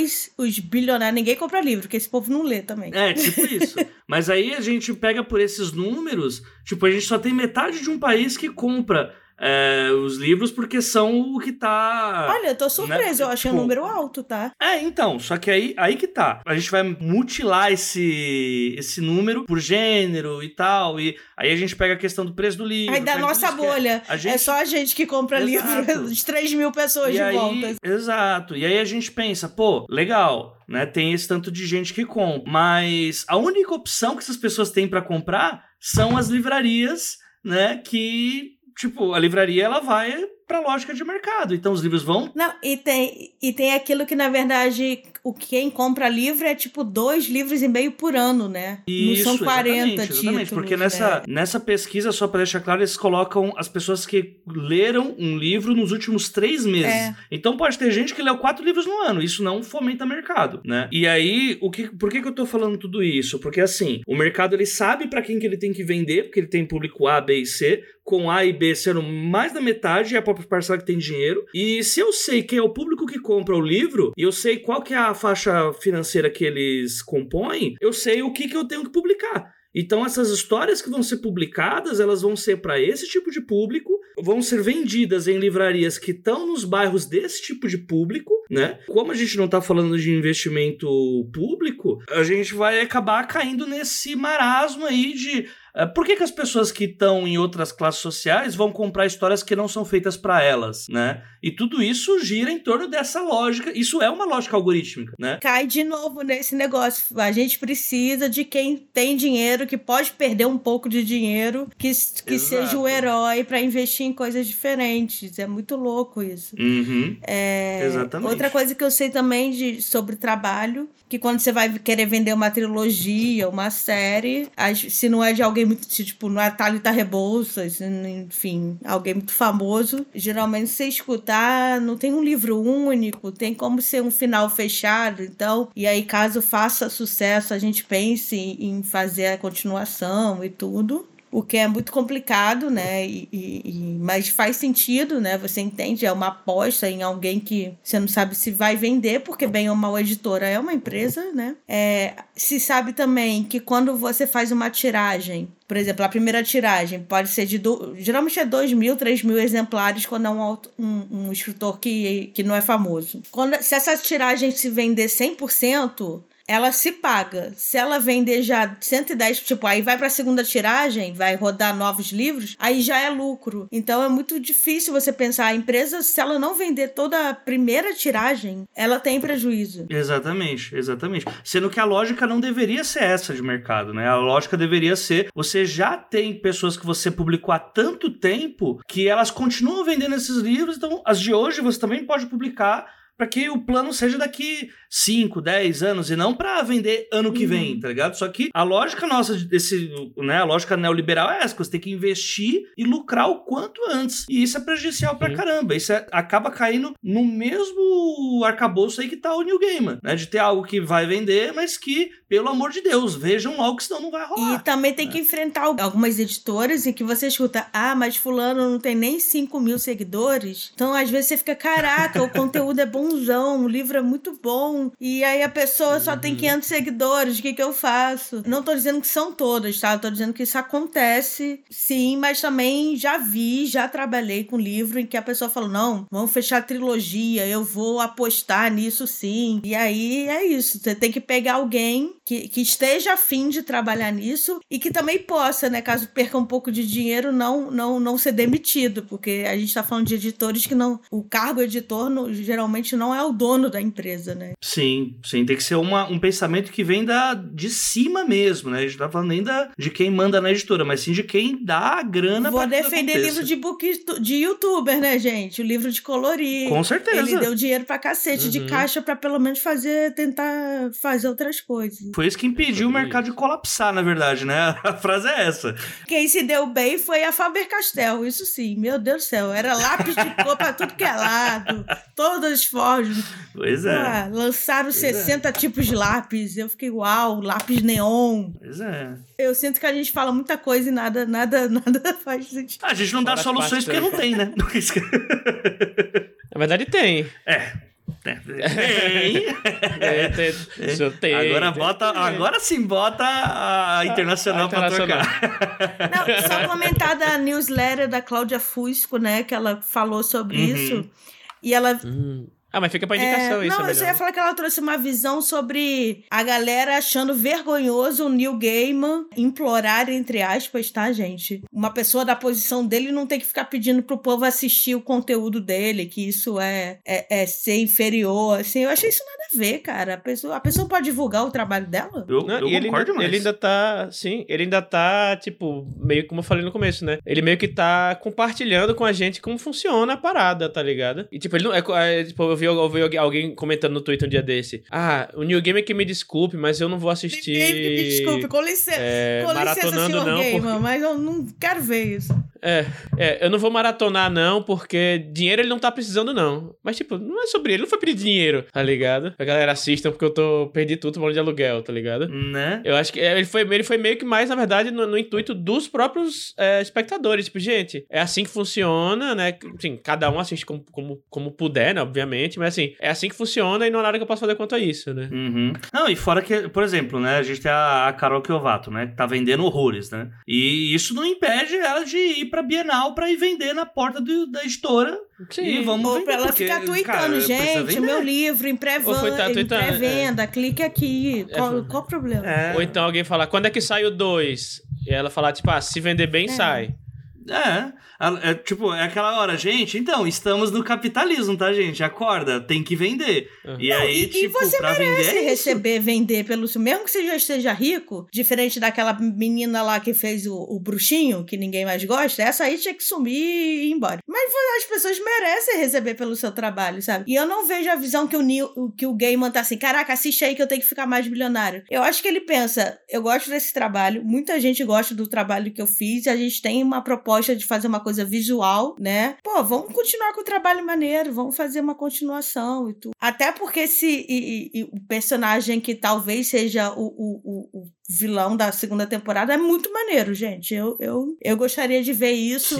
os bilionários, ninguém compra livro, porque esse povo não lê também. É, tipo isso. Mas aí a gente pega por esses números, tipo, a gente só tem metade de um país que compra os livros porque são o que tá... Olha, eu tô surpresa, né? Eu achei um número alto, tá? Então, só que aí que tá. A gente vai mutilar esse número por gênero e tal, e aí a gente pega a questão do preço do livro. Aí da nossa bolha, é só a gente que compra livro, de 3 mil pessoas volta. Exato, e aí a gente pensa, pô, legal, né, tem esse tanto de gente que compra, mas a única opção que essas pessoas têm pra comprar são as livrarias, né, que... Tipo, a livraria, ela vai pra lógica de mercado. Então, os livros vão... Não, e tem aquilo que, na verdade, quem compra livro é, tipo, 2,5 livros por ano, né? Isso, não são 40 exatamente, títulos, porque né? nessa pesquisa, só pra deixar claro, eles colocam as pessoas que leram um livro nos últimos 3 meses. Então, pode ter gente que leu 4 livros no ano. Isso não fomenta mercado, né? E aí, por que eu tô falando tudo isso? Porque, assim, o mercado, ele sabe pra quem que ele tem que vender, porque ele tem público A, B e C, com A e B sendo mais da metade, é a própria parcela que tem dinheiro. E se eu sei quem é o público que compra o livro, e eu sei qual que é a faixa financeira que eles compõem, eu sei o que eu tenho que publicar. Então essas histórias que vão ser publicadas, elas vão ser para esse tipo de público, vão ser vendidas em livrarias que estão nos bairros desse tipo de público, né? Como a gente não tá falando de investimento público, a gente vai acabar caindo nesse marasmo aí de... Por que as pessoas que estão em outras classes sociais vão comprar histórias que não são feitas para elas, né? E tudo isso gira em torno dessa lógica. Isso é uma lógica algorítmica, né? Cai de novo nesse negócio. A gente precisa de quem tem dinheiro, que pode perder um pouco de dinheiro, que seja o herói para investir em coisas diferentes. É muito louco isso. Uhum. Exatamente. Outra coisa que eu sei também sobre trabalho, que quando você vai querer vender uma trilogia, uma série, se não é de alguém muito, tipo, não é Thalita Rebouças, enfim, alguém muito famoso, geralmente você escutar, não tem um livro único, tem como ser um final fechado, então, e aí caso faça sucesso, a gente pense em fazer a continuação e tudo. O que é muito complicado, né? Mas faz sentido, né? Você entende, é uma aposta em alguém que você não sabe se vai vender, porque bem ou mal a editora é uma empresa, né? Se sabe também que quando você faz uma tiragem, por exemplo, a primeira tiragem pode ser geralmente é 2.000, 3.000 exemplares quando é um escritor que não é famoso. Se essa tiragem se vender 100%, ela se paga. Se ela vender já 110, tipo, aí vai pra segunda tiragem, vai rodar novos livros, aí já é lucro. Então é muito difícil você pensar, a empresa, se ela não vender toda a primeira tiragem, ela tem prejuízo. Exatamente. Sendo que a lógica não deveria ser essa de mercado, né? A lógica deveria ser, você já tem pessoas que você publicou há tanto tempo que elas continuam vendendo esses livros, então as de hoje você também pode publicar pra que o plano seja daqui 5, 10 anos e não pra vender ano que vem, tá ligado? Só que a lógica nossa a lógica neoliberal é essa, que você tem que investir e lucrar o quanto antes. E isso é prejudicial pra caramba. Isso acaba caindo no mesmo arcabouço aí que tá o Neil Gaiman, né? De ter algo que vai vender, mas que, pelo amor de Deus, vejam logo que senão não vai rolar. E também tem que enfrentar algumas editoras em que você escuta, mas fulano não tem nem 5 mil seguidores. Então, às vezes, você fica, caraca, o conteúdo é bonzão, o livro é muito bom, e aí a pessoa só tem 500 seguidores, o que eu faço? Não tô dizendo que são todas, tá? Eu tô dizendo que isso acontece, sim, mas também já trabalhei com livro em que a pessoa falou, não, vamos fechar a trilogia, eu vou apostar nisso sim. E aí é isso, você tem que pegar alguém que esteja afim de trabalhar nisso e que também possa, né, caso perca um pouco de dinheiro, não ser demitido, porque a gente tá falando de editores que não... O cargo editor geralmente não é o dono da empresa, né? Sim, tem que ser um pensamento que vem de cima mesmo, né? A gente tá falando nem de quem manda na editora, mas sim de quem dá a grana pra que defender livro de de youtuber, né, gente? O livro de colorir. Com certeza. Ele deu dinheiro pra cacete de caixa pra pelo menos tentar fazer outras coisas. Foi isso que impediu o mercado de colapsar, na verdade, né? A frase é essa. Quem se deu bem foi a Faber-Castell, isso sim. Meu Deus do céu, era lápis de cor pra tudo que é lado. Todas as formas. Pois é. Lançaram 60 tipos de lápis. Eu fiquei, uau, lápis neon. Pois é. Eu sinto que a gente fala muita coisa e nada faz sentido. A gente não dá soluções porque não tem, né? Na verdade, tem. Tem. Agora sim bota a Internacional pra tocar. Não, só comentar da newsletter da Cláudia Fusco, né? Que ela falou sobre isso. E ela... mas fica pra indicação isso. Não, eu só ia falar que ela trouxe uma visão sobre a galera achando vergonhoso o Neil Gaiman implorar, entre aspas, tá, gente? Uma pessoa da posição dele não tem que ficar pedindo pro povo assistir o conteúdo dele, que isso é ser inferior, assim. Eu achei isso nada a ver, cara. A pessoa pode divulgar o trabalho dela? Eu concordo mais. Ele ainda tá, tipo, meio como eu falei no começo, né? Ele meio que tá compartilhando com a gente como funciona a parada, tá ligado? E, tipo, ele não tipo, eu vi alguém comentando no Twitter um dia desse. O Neil Gaiman que me desculpe, mas eu não vou assistir... Me desculpe, com licença, senhor Gaiman, mas eu não quero ver isso. Eu não vou maratonar não, porque dinheiro ele não tá precisando não. Mas, tipo, não é sobre ele, não foi pedir dinheiro, tá ligado? A galera assistam porque eu perdi tudo falando de aluguel, tá ligado? Né? Eu acho que ele foi meio que mais, na verdade, no intuito dos próprios espectadores. Tipo, gente, é assim que funciona, né? Assim, cada um assiste como puder, né? Obviamente, mas assim, é assim que funciona e não há nada que eu possa fazer quanto a isso, né? Não, e fora que, por exemplo, né? A gente tem a Carol Kiovato, né? Que tá vendendo horrores, né? E isso não impede ela de ir pra Bienal pra ir vender na porta da editora. Sim. E vamos Ou vender, pra ela porque, ficar tweetando, cara, gente, o meu livro em pré-venda, clique aqui. Qual o problema? Ou então alguém falar, quando é que sai o 2? E ela falar, tipo, se vender bem, sai. Tipo, é aquela hora, gente, então, estamos no capitalismo, tá, gente? Acorda, tem que vender. E aí, tipo, e você pra merece vender vender pelo seu... Mesmo que você já esteja rico, diferente daquela menina lá que fez o bruxinho, que ninguém mais gosta, essa aí tinha que sumir e ir embora. Mas as pessoas merecem receber pelo seu trabalho, sabe? E eu não vejo a visão que o Gaiman tá assim, caraca, assiste aí que eu tenho que ficar mais bilionário. Eu acho que ele pensa, eu gosto desse trabalho, muita gente gosta do trabalho que eu fiz, e a gente tem uma proposta de fazer uma coisa visual, né? Pô, vamos continuar com o trabalho maneiro, vamos fazer uma continuação e tudo. Até porque o personagem que talvez seja o vilão da segunda temporada é muito maneiro, gente. Eu gostaria de ver isso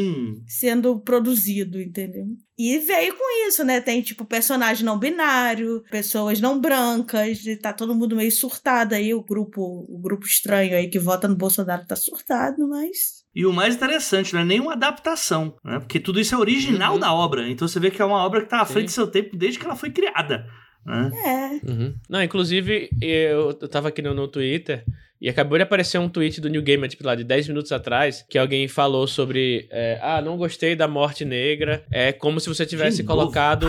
sendo produzido, entendeu? E veio com isso, né? Tem, tipo, personagem não binário, pessoas não brancas, e tá todo mundo meio surtado aí, o grupo estranho aí que vota no Bolsonaro tá surtado, mas... E o mais interessante, não é nenhuma adaptação, né? Porque tudo isso é original da obra. Então você vê que é uma obra que tá à frente do seu tempo desde que ela foi criada. Né? Não, inclusive, eu tava aqui no Twitter e acabou de aparecer um tweet do Neil Gaiman, tipo lá, de 10 minutos atrás, que alguém falou sobre não gostei da morte negra, é como se você tivesse colocado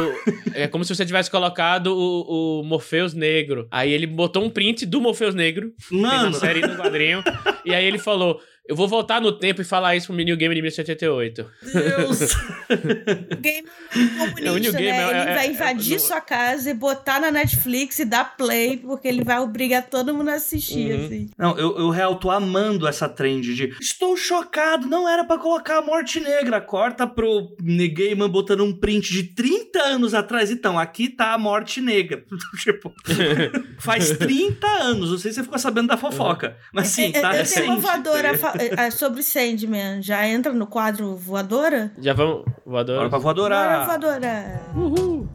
o Morpheus negro. Aí ele botou um print do Morpheus negro na série, no quadrinho, e aí ele falou, Eu vou voltar no tempo e falar isso pro New Game de 1988. Deus! O game é um comunista, né? Ele vai invadir sua casa e botar na Netflix e dar play, porque ele vai obrigar todo mundo a assistir, assim. Não, eu real tô amando essa trend de estou chocado, não era pra colocar a morte negra. Corta pro Negaiman botando um print de 30 anos atrás. Então, aqui tá a morte negra. Tipo, faz 30 anos, não sei se você ficou sabendo da fofoca, mas sim, tá recente. Tem uma voadora sobre Sandman, já entra no quadro voadora? Já vamos, voadora. Bora pra voadora. Bora, voadora. Uhul.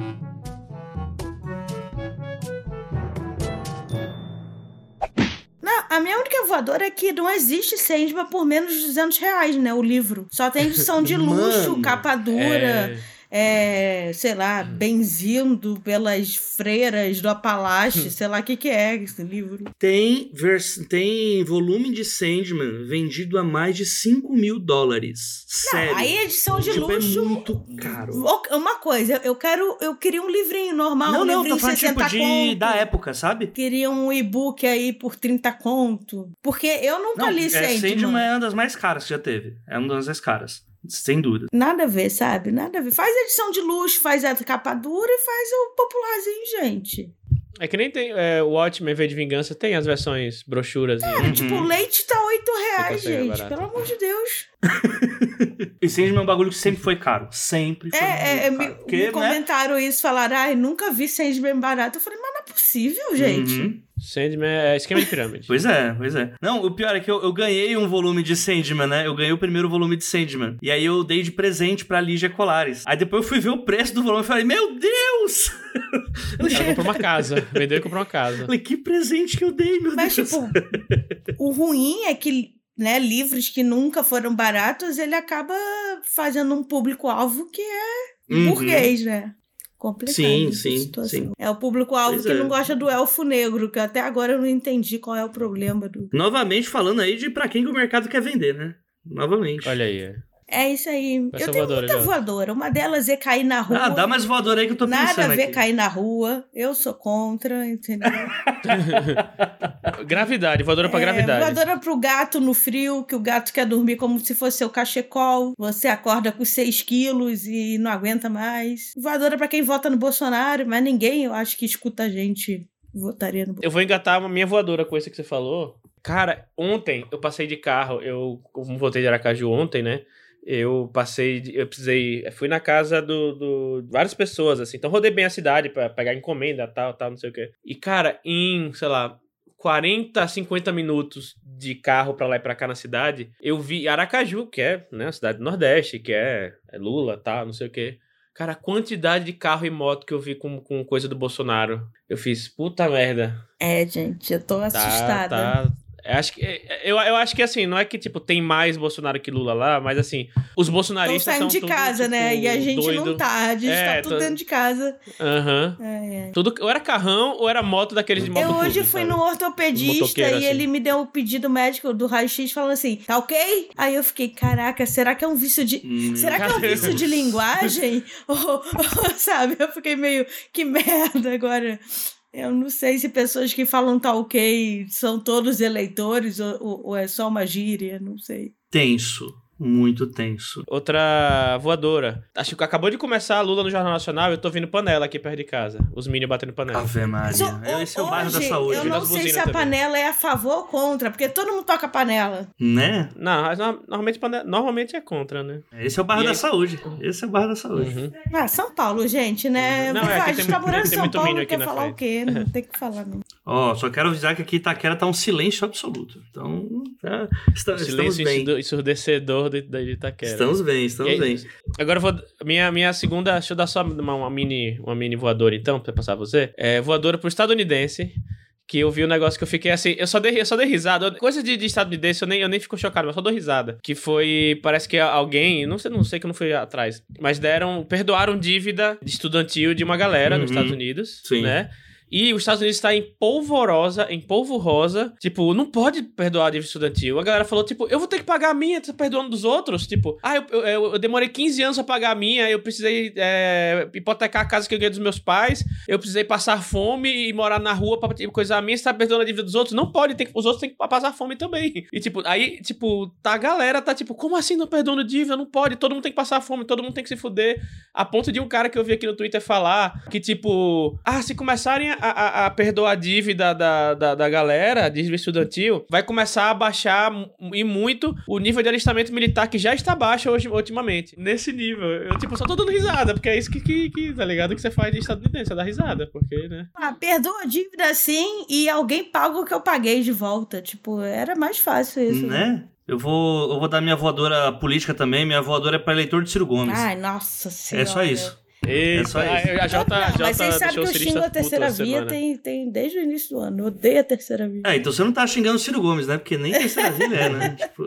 Não, a minha única voadora é que não existe Sandman por menos de R$200, né, o livro. Só tem edição de luxo, capa dura... sei lá, benzindo pelas freiras do Apalache, sei lá o que é esse livro. Tem volume de Sandman vendido a mais de $5.000. Sério. Não, aí edição de luxo... é muito caro. Uma coisa, eu queria um livrinho normal, Não, livrinho tô falando 60 tipo conto. da época, sabe? Queria um e-book aí por 30 conto. Porque eu nunca li Sandman. Sandman é uma das mais caras que já teve. É uma das mais caras. Sem dúvida. Nada a ver, sabe? Nada a ver. Faz edição de luxo, faz a capa dura e faz o popularzinho, gente. É que nem tem o Watchmen V de Vingança, tem as versões brochuras. Tipo, o leite tá R$8, gente. barato. Pelo amor de Deus. E Sandman é um bagulho que sempre foi caro. Sempre foi caro. Me comentaram isso, falaram, nunca vi Sandman barato. Eu falei, mas não é possível, gente. Sandman é esquema de pirâmide. Pois é. Não, o pior é que eu ganhei um volume de Sandman, né? Eu ganhei o primeiro volume de Sandman. E aí eu dei de presente pra Lígia Colares. Aí depois eu fui ver o preço do volume e falei, meu Deus! Ela comprou uma casa. Vendeu e comprou uma casa. Falei, que presente que eu dei, meu Deus! Mas, tipo, o ruim é que, né, livros que nunca foram baratos, ele acaba fazendo um público-alvo que é burguês, né? Complicado. Sim. É o público-alvo que não gosta do elfo negro, que até agora eu não entendi qual é o problema do... Novamente falando aí de pra quem que o mercado quer vender, né? Novamente. Olha aí. É isso aí. Essa eu tenho voadora, muita voadora. Uma delas é cair na rua. Dá mais voadora aí que eu tô pensando Nada a ver aqui. cair na rua. Eu sou contra, entendeu? Gravidade, voadora pra gravidade. Voadora pro gato no frio, que o gato quer dormir como se fosse seu cachecol. Você acorda com 6 quilos e não aguenta mais. Voadora pra quem vota no Bolsonaro, mas ninguém, eu acho que escuta a gente, votaria no Bolsonaro. Eu vou engatar a minha voadora com essa que você falou. Cara, ontem eu passei de carro, como voltei de Aracaju ontem, né? Fui na casa de várias pessoas, assim, então rodei bem a cidade pra pegar encomenda, tal, não sei o quê. E, cara, em, sei lá, 40, 50 minutos de carro pra lá e pra cá na cidade, eu vi Aracaju, que é, né, a cidade do Nordeste, que é Lula, tal, não sei o quê. Cara, a quantidade de carro e moto que eu vi com coisa do Bolsonaro, eu fiz, puta merda. Gente, eu tô assustada. Eu acho que assim, não é que tipo tem mais Bolsonaro que Lula lá, mas assim, os bolsonaristas estão estão saindo de casa, tudo, né? tipo, E a gente doido. não tá, a gente tá tudo dentro de casa. Tudo, ou era carrão ou era moto daqueles de moto. Eu hoje fui no ortopedista e assim. ele me deu o pedido médico do raio-x falando assim, tá ok? Aí eu fiquei, caraca, será que é um vício de... será que é um vício de linguagem? Sabe? Eu fiquei meio, que merda agora... Eu não sei se pessoas que falam tá ok são todos eleitores ou é só uma gíria, não sei. Tenso. Muito tenso. Outra voadora. Acho que acabou de começar a Lula no Jornal Nacional e eu tô vendo panela aqui perto de casa. Os minions batendo panela. Ave Maria. Esse é o bairro da saúde. Eu não sei se a panela é a favor ou contra, porque todo mundo toca panela. Né? Não, normalmente é contra, né? Esse é o bairro da saúde. Esse é o bairro da saúde. São Paulo, gente, né? Não, a gente tá morando em São Paulo, aqui quer falar o quê? Não tem que falar, não. Só quero avisar que aqui em Itaquera tá um silêncio absoluto. Então, estamos bem. Ensurdecedor de Itaquera. Estamos bem. Agora eu vou... Minha segunda... Deixa eu dar só uma mini voadora, então, pra passar a você. Voadora pro estadunidense, que eu vi um negócio que eu fiquei assim... Eu só dei risada. Coisa de estadunidense, eu nem fico chocado, mas só dou risada. Que foi... Parece que alguém... Não sei que eu não fui atrás. Mas perdoaram dívida estudantil de uma galera nos Estados Unidos. Sim. Né? E os Estados Unidos está em polvo rosa. Tipo, não pode perdoar a dívida estudantil. A galera falou, tipo, eu vou ter que pagar a minha, tá perdoando dos outros? Tipo, eu demorei 15 anos pra pagar a minha, eu precisei hipotecar a casa que eu ganhei dos meus pais, eu precisei passar fome e morar na rua pra coisar a minha, você tá perdoando a dívida dos outros? Não pode, os outros têm que passar fome também. E, tipo, aí, tipo, a galera tá, tipo, como assim não perdoando dívida? Não pode, todo mundo tem que passar fome, todo mundo tem que se fuder. A ponto de um cara que eu vi aqui no Twitter falar que, tipo, se começarem a perdoar a dívida da galera, a dívida estudantil, vai começar a baixar e muito o nível de alistamento militar, que já está baixo ultimamente. Nesse nível. Eu, tipo, só tô dando risada, porque é isso que tá ligado? Que você faz de estadunidense, você dá risada, porque, né? Perdoa a dívida sim e alguém paga o que eu paguei de volta. Tipo, era mais fácil isso. Né? Eu vou dar minha voadora política também. Minha voadora é pra eleitor de Ciro Gomes. Ai, nossa senhora. É só isso. Eita, é só isso. A Jota mas vocês sabem que eu cirista xingo a puto terceira essa via semana. tem desde o início do ano. Eu odeio a terceira via. Então você não tá xingando o Ciro Gomes, né? Porque nem terceira via é, né? Tipo...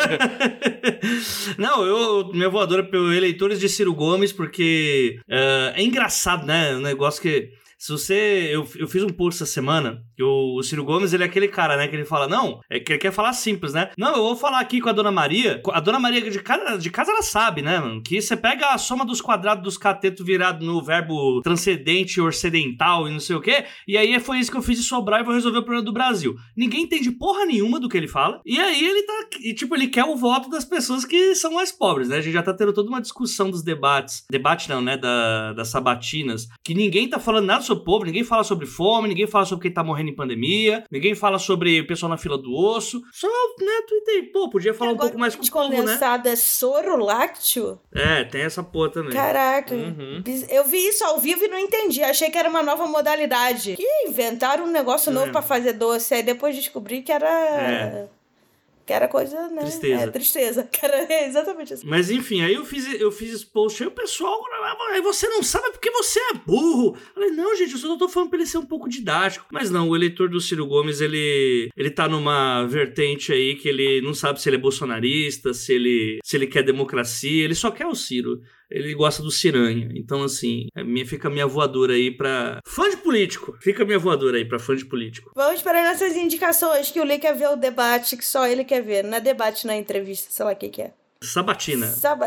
Não, minha voadora é pelos eleitores de Ciro Gomes, porque é engraçado, né? Um negócio que... Se você... Eu fiz um post essa semana, que o Ciro Gomes, ele é aquele cara, né? Que ele fala, não, que ele quer falar simples, né? Não, eu vou falar aqui com a Dona Maria. A Dona Maria de casa ela sabe, né, mano? Que você pega a soma dos quadrados dos catetos virado no verbo transcendente, orcedental e não sei o quê, e aí foi isso que eu fiz de sobrar e vou resolver o problema do Brasil. Ninguém entende porra nenhuma do que ele fala, e aí ele tá... E, tipo, ele quer o voto das pessoas que são mais pobres, né? A gente já tá tendo toda uma discussão dos debates. Debate não, né? Das sabatinas. Que ninguém tá falando nada sobre o povo, ninguém fala sobre fome, ninguém fala sobre quem tá morrendo em pandemia, ninguém fala sobre o pessoal na fila do osso. Só, né, Twitter, podia falar um pouco mais com o povo, né? Condensado é soro lácteo? Tem essa porra também. Caraca. Eu vi isso ao vivo e não entendi. Achei que era uma nova modalidade. Que inventaram um negócio novo pra fazer doce. Aí depois descobri que era... Que era coisa, né? Tristeza. Tristeza. Que era exatamente isso. Mas enfim, aí eu fiz esse post aí, o pessoal, aí você não sabe porque você é burro. Eu falei, não, gente, eu só tô falando pra ele ser um pouco didático. Mas não, o eleitor do Ciro Gomes, ele tá numa vertente aí que ele não sabe se ele é bolsonarista, se ele quer democracia, ele só quer o Ciro. Ele gosta do Ciranha. Então, assim, fica a minha voadora aí pra... Fã de político. Fica a minha voadora aí pra fã de político. Vamos esperar nessas indicações que o Lee quer ver o debate que só ele quer ver. Não é debate, na entrevista, sei lá o que é. Sabatina.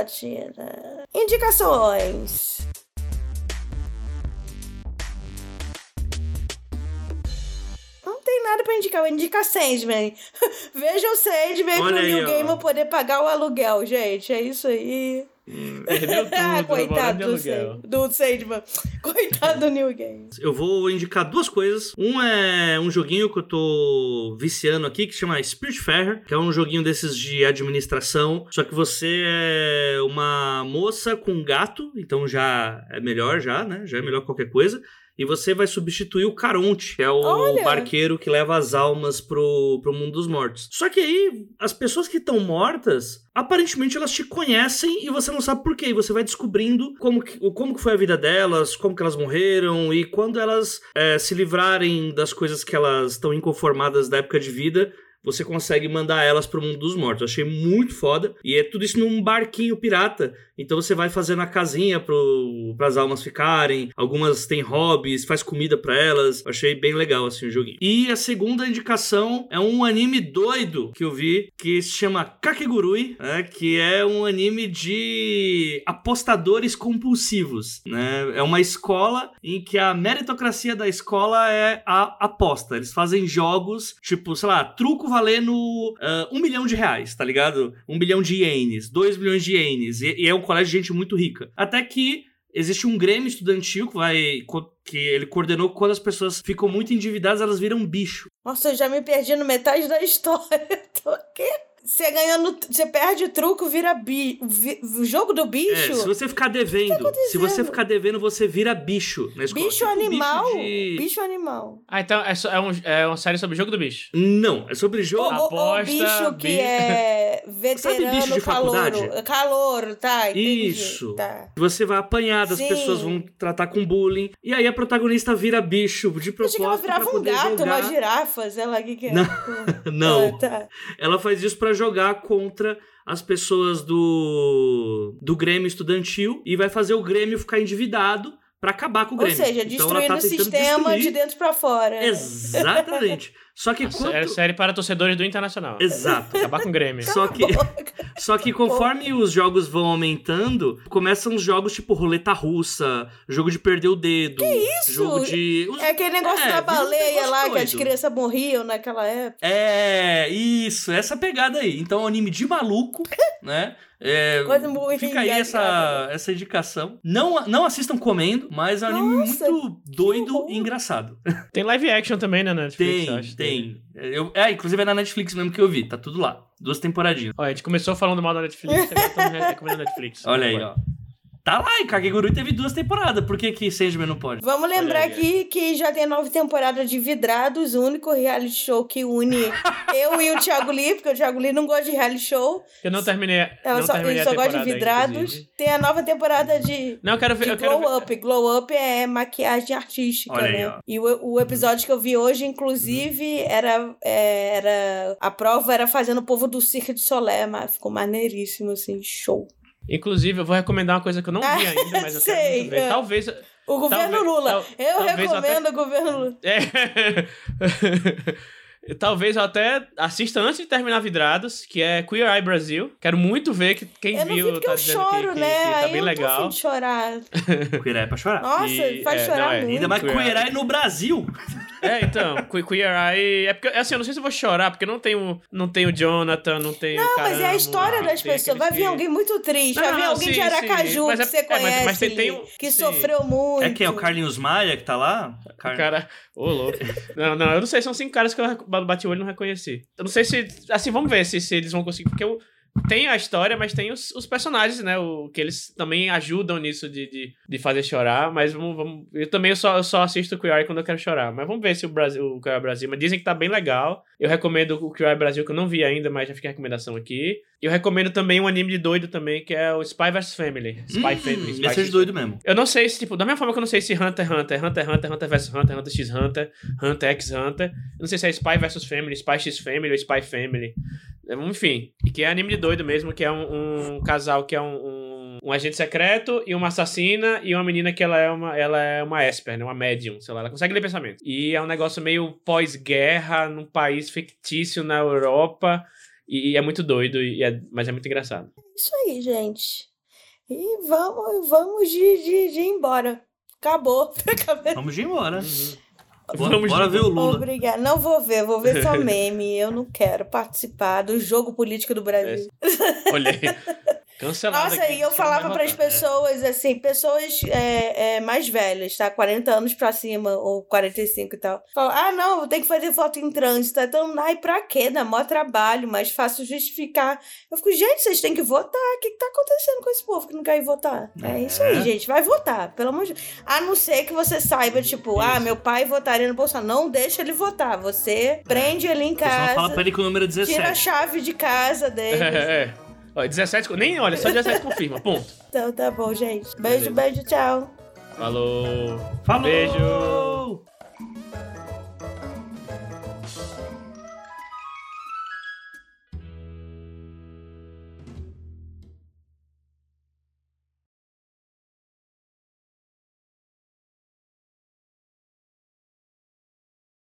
Indicações. Não tem nada pra indicar. Eu vou indicar Sandman. Vejam o Sandman pro New Gamer poder pagar o aluguel, gente. É isso aí. Perdeu tudo, coitado do Sandman. Coitado do New Game. Eu vou indicar duas coisas. Um é um joguinho que eu tô viciando aqui, que chama Spiritfarer, que é um joguinho desses de administração, só que você é uma moça com um gato, então já é melhor, né? Já é melhor que qualquer coisa. E você vai substituir o Caronte, que é o barqueiro que leva as almas pro mundo dos mortos. Só que aí, as pessoas que estão mortas, aparentemente elas te conhecem e você não sabe por quê. E você vai descobrindo como que foi a vida delas, como que elas morreram, e quando elas se livrarem das coisas que elas estão inconformadas da época de vida, você consegue mandar elas pro mundo dos mortos. Eu achei muito foda. E é tudo isso num barquinho pirata. Então você vai fazendo a casinha pras almas ficarem. Algumas têm hobbies, faz comida pra elas. Eu achei bem legal, assim, o joguinho. E a segunda indicação é um anime doido que eu vi, que se chama Kakegurui, né? Que é um anime de apostadores compulsivos, né? É uma escola em que a meritocracia da escola é a aposta. Eles fazem jogos, tipo, sei lá, truco valendo R$1 milhão, tá ligado? 1 bilhão de ienes, 2 bilhões de ienes. E é um colégio de gente muito rica. Até que existe um grêmio estudantil que ele coordenou quando as pessoas ficam muito endividadas, elas viram bicho. Nossa, eu já me perdi no metade da história. Tô aqui. Você perde o truco, vira o jogo do bicho? Se você ficar devendo, você vira bicho na escola. Bicho animal? Bicho animal. Então é uma série sobre o jogo do bicho? Não, é sobre jogo... O bicho que é veterano. Sabe bicho de faculdade? Calouro, tá, entendi. Isso. Tá. Você vai apanhar, as pessoas vão tratar com bullying, e aí a protagonista vira bicho de propósito. Ela virava um gato, uma girafa, sei lá o que é. Não. Tá. Ela faz isso pra jogar contra as pessoas do Grêmio estudantil e vai fazer o Grêmio ficar endividado pra acabar com o Ou Grêmio. seja, Então, destruindo ela tá o tentando sistema destruir. de dentro pra fora. Exatamente. Só que Série para torcedores do Internacional. Exato. Acabar com o Grêmio. Só que conforme os jogos vão aumentando, começam os jogos tipo roleta russa, jogo de perder o dedo. Que isso? Jogo de... É aquele negócio da vira um baleia negócio lá, que as doido. crianças morriam naquela época. Isso, essa pegada aí. Então é um anime de maluco, né? Coisa muito Fica aí engraçada. essa indicação. Não assistam comendo, mas é um anime Nossa, muito doido horror. e engraçado. Tem live action também, né, na Netflix, eu acho. Tem. Inclusive é na Netflix mesmo que eu vi, tá tudo lá. 2 temporadinhas. Olha, a gente começou falando mal da Netflix, agora estamos recomendando a Netflix. Olha aí, ó. Tá lá, e Kakegurui teve 2 temporadas. Por que Sandman não pode? Vamos lembrar Olha aí. aqui que já tem a nova temporada de Vidrados, o único reality show que une eu e o Thiago Lee, porque o Thiago Lee não gosta de reality show. Eu não terminei, Ele só gosta de temporada, Vidrados. inclusive. Tem a nova temporada de Não, eu quero ver. de Eu quero Glow ver. Up. Glow Up é maquiagem artística, Olha aí, né? ó. E o episódio que eu vi hoje, inclusive, era a prova era fazendo o povo do Cirque de Solé, mas ficou maneiríssimo, assim, show. Inclusive, eu vou recomendar uma coisa que eu não vi ainda, mas eu quero Sei, muito ver. Talvez... O governo Talvez- Lula. Eu talvez recomendo o governo Lula. Talvez eu até assista antes de terminar Vidrados, que é Queer Eye Brasil. Quero muito ver, que quem Eu não vi viu porque tá eu dizendo choro, que né? tá Aí bem eu não tô legal. afim de chorar. Queer é pra chorar. Nossa, E, faz é, chorar não, é, muito. Ainda mais Queer Queer Eye. Eye no Brasil. Então, Queer Eye... É porque, assim, eu não sei se eu vou chorar, porque não tem o Jonathan, não tem o Não, mas é a Caramba, história das tem pessoas. Vai aqueles vir que- alguém muito triste. Não, Vai vir não, alguém de sim, Aracaju sim. Mas que é- você conhece. mas tem um- que sim. sofreu muito. É quem? É o Carlinhos Maia que tá lá? O cara... Ô, louco. Não, eu não sei, são 5 caras que eu bati o olho e não reconheci. Eu não sei se... Assim, vamos ver se eles vão conseguir, porque tem a história, mas tem os personagens, né? Que eles também ajudam nisso de fazer chorar, mas vamos... Eu também só assisto o Queer Eye quando eu quero chorar, mas vamos ver se o Queer Eye Brasil... Mas dizem que tá bem legal. Eu recomendo o Queer Eye Brasil, que eu não vi ainda, mas já fica a recomendação aqui. Eu recomendo também um anime de doido também, que é o Spy vs Family. Spy Family. Esse é de doido mesmo. Eu não sei se, tipo, da mesma forma que eu não sei se Hunter x Hunter, Hunter x Hunter, Hunter vs Hunter, Hunter x Hunter, Hunter x Hunter. Eu não sei se é Spy vs Family, Spy x Family ou Spy Family. Enfim, e que é anime de doido mesmo, que é um casal que é um agente secreto e uma assassina e uma menina que ela é uma esper, né? Uma médium, sei lá, ela consegue ler pensamento. E é um negócio meio pós-guerra, num país fictício na Europa, e é muito doido, mas é muito engraçado. Isso aí, gente. E vamos de ir embora. Acabou. Vamos de ir embora. Vamos Bora ver o Lula. Obrigada. Não vou ver só meme. Eu não quero participar do jogo político do Brasil. Olha aí. Cancelado. Nossa, aqui, e eu não falava vai para as votar. pessoas, assim, pessoas mais velhas, tá? 40 anos pra cima, ou 45 e tal. Falam, não, tem que fazer voto em trânsito. Então, ai, pra quê? Dá maior trabalho, mais fácil justificar. Eu fico, gente, vocês têm que votar. O que tá acontecendo com esse povo que não quer ir votar? É isso aí, gente. Vai votar, pelo amor de Deus. A não ser que você saiba, tipo, meu pai votaria no Bolsonaro. Não deixa ele votar. Você prende ele em Você não fala casa, pra ele que o número é 17. tira a chave de casa dele. Olha, 17... Nem olha, só 17 confirma, ponto. Então tá bom, gente. Beleza. Beijo, tchau. Falou. Falou! Beijo.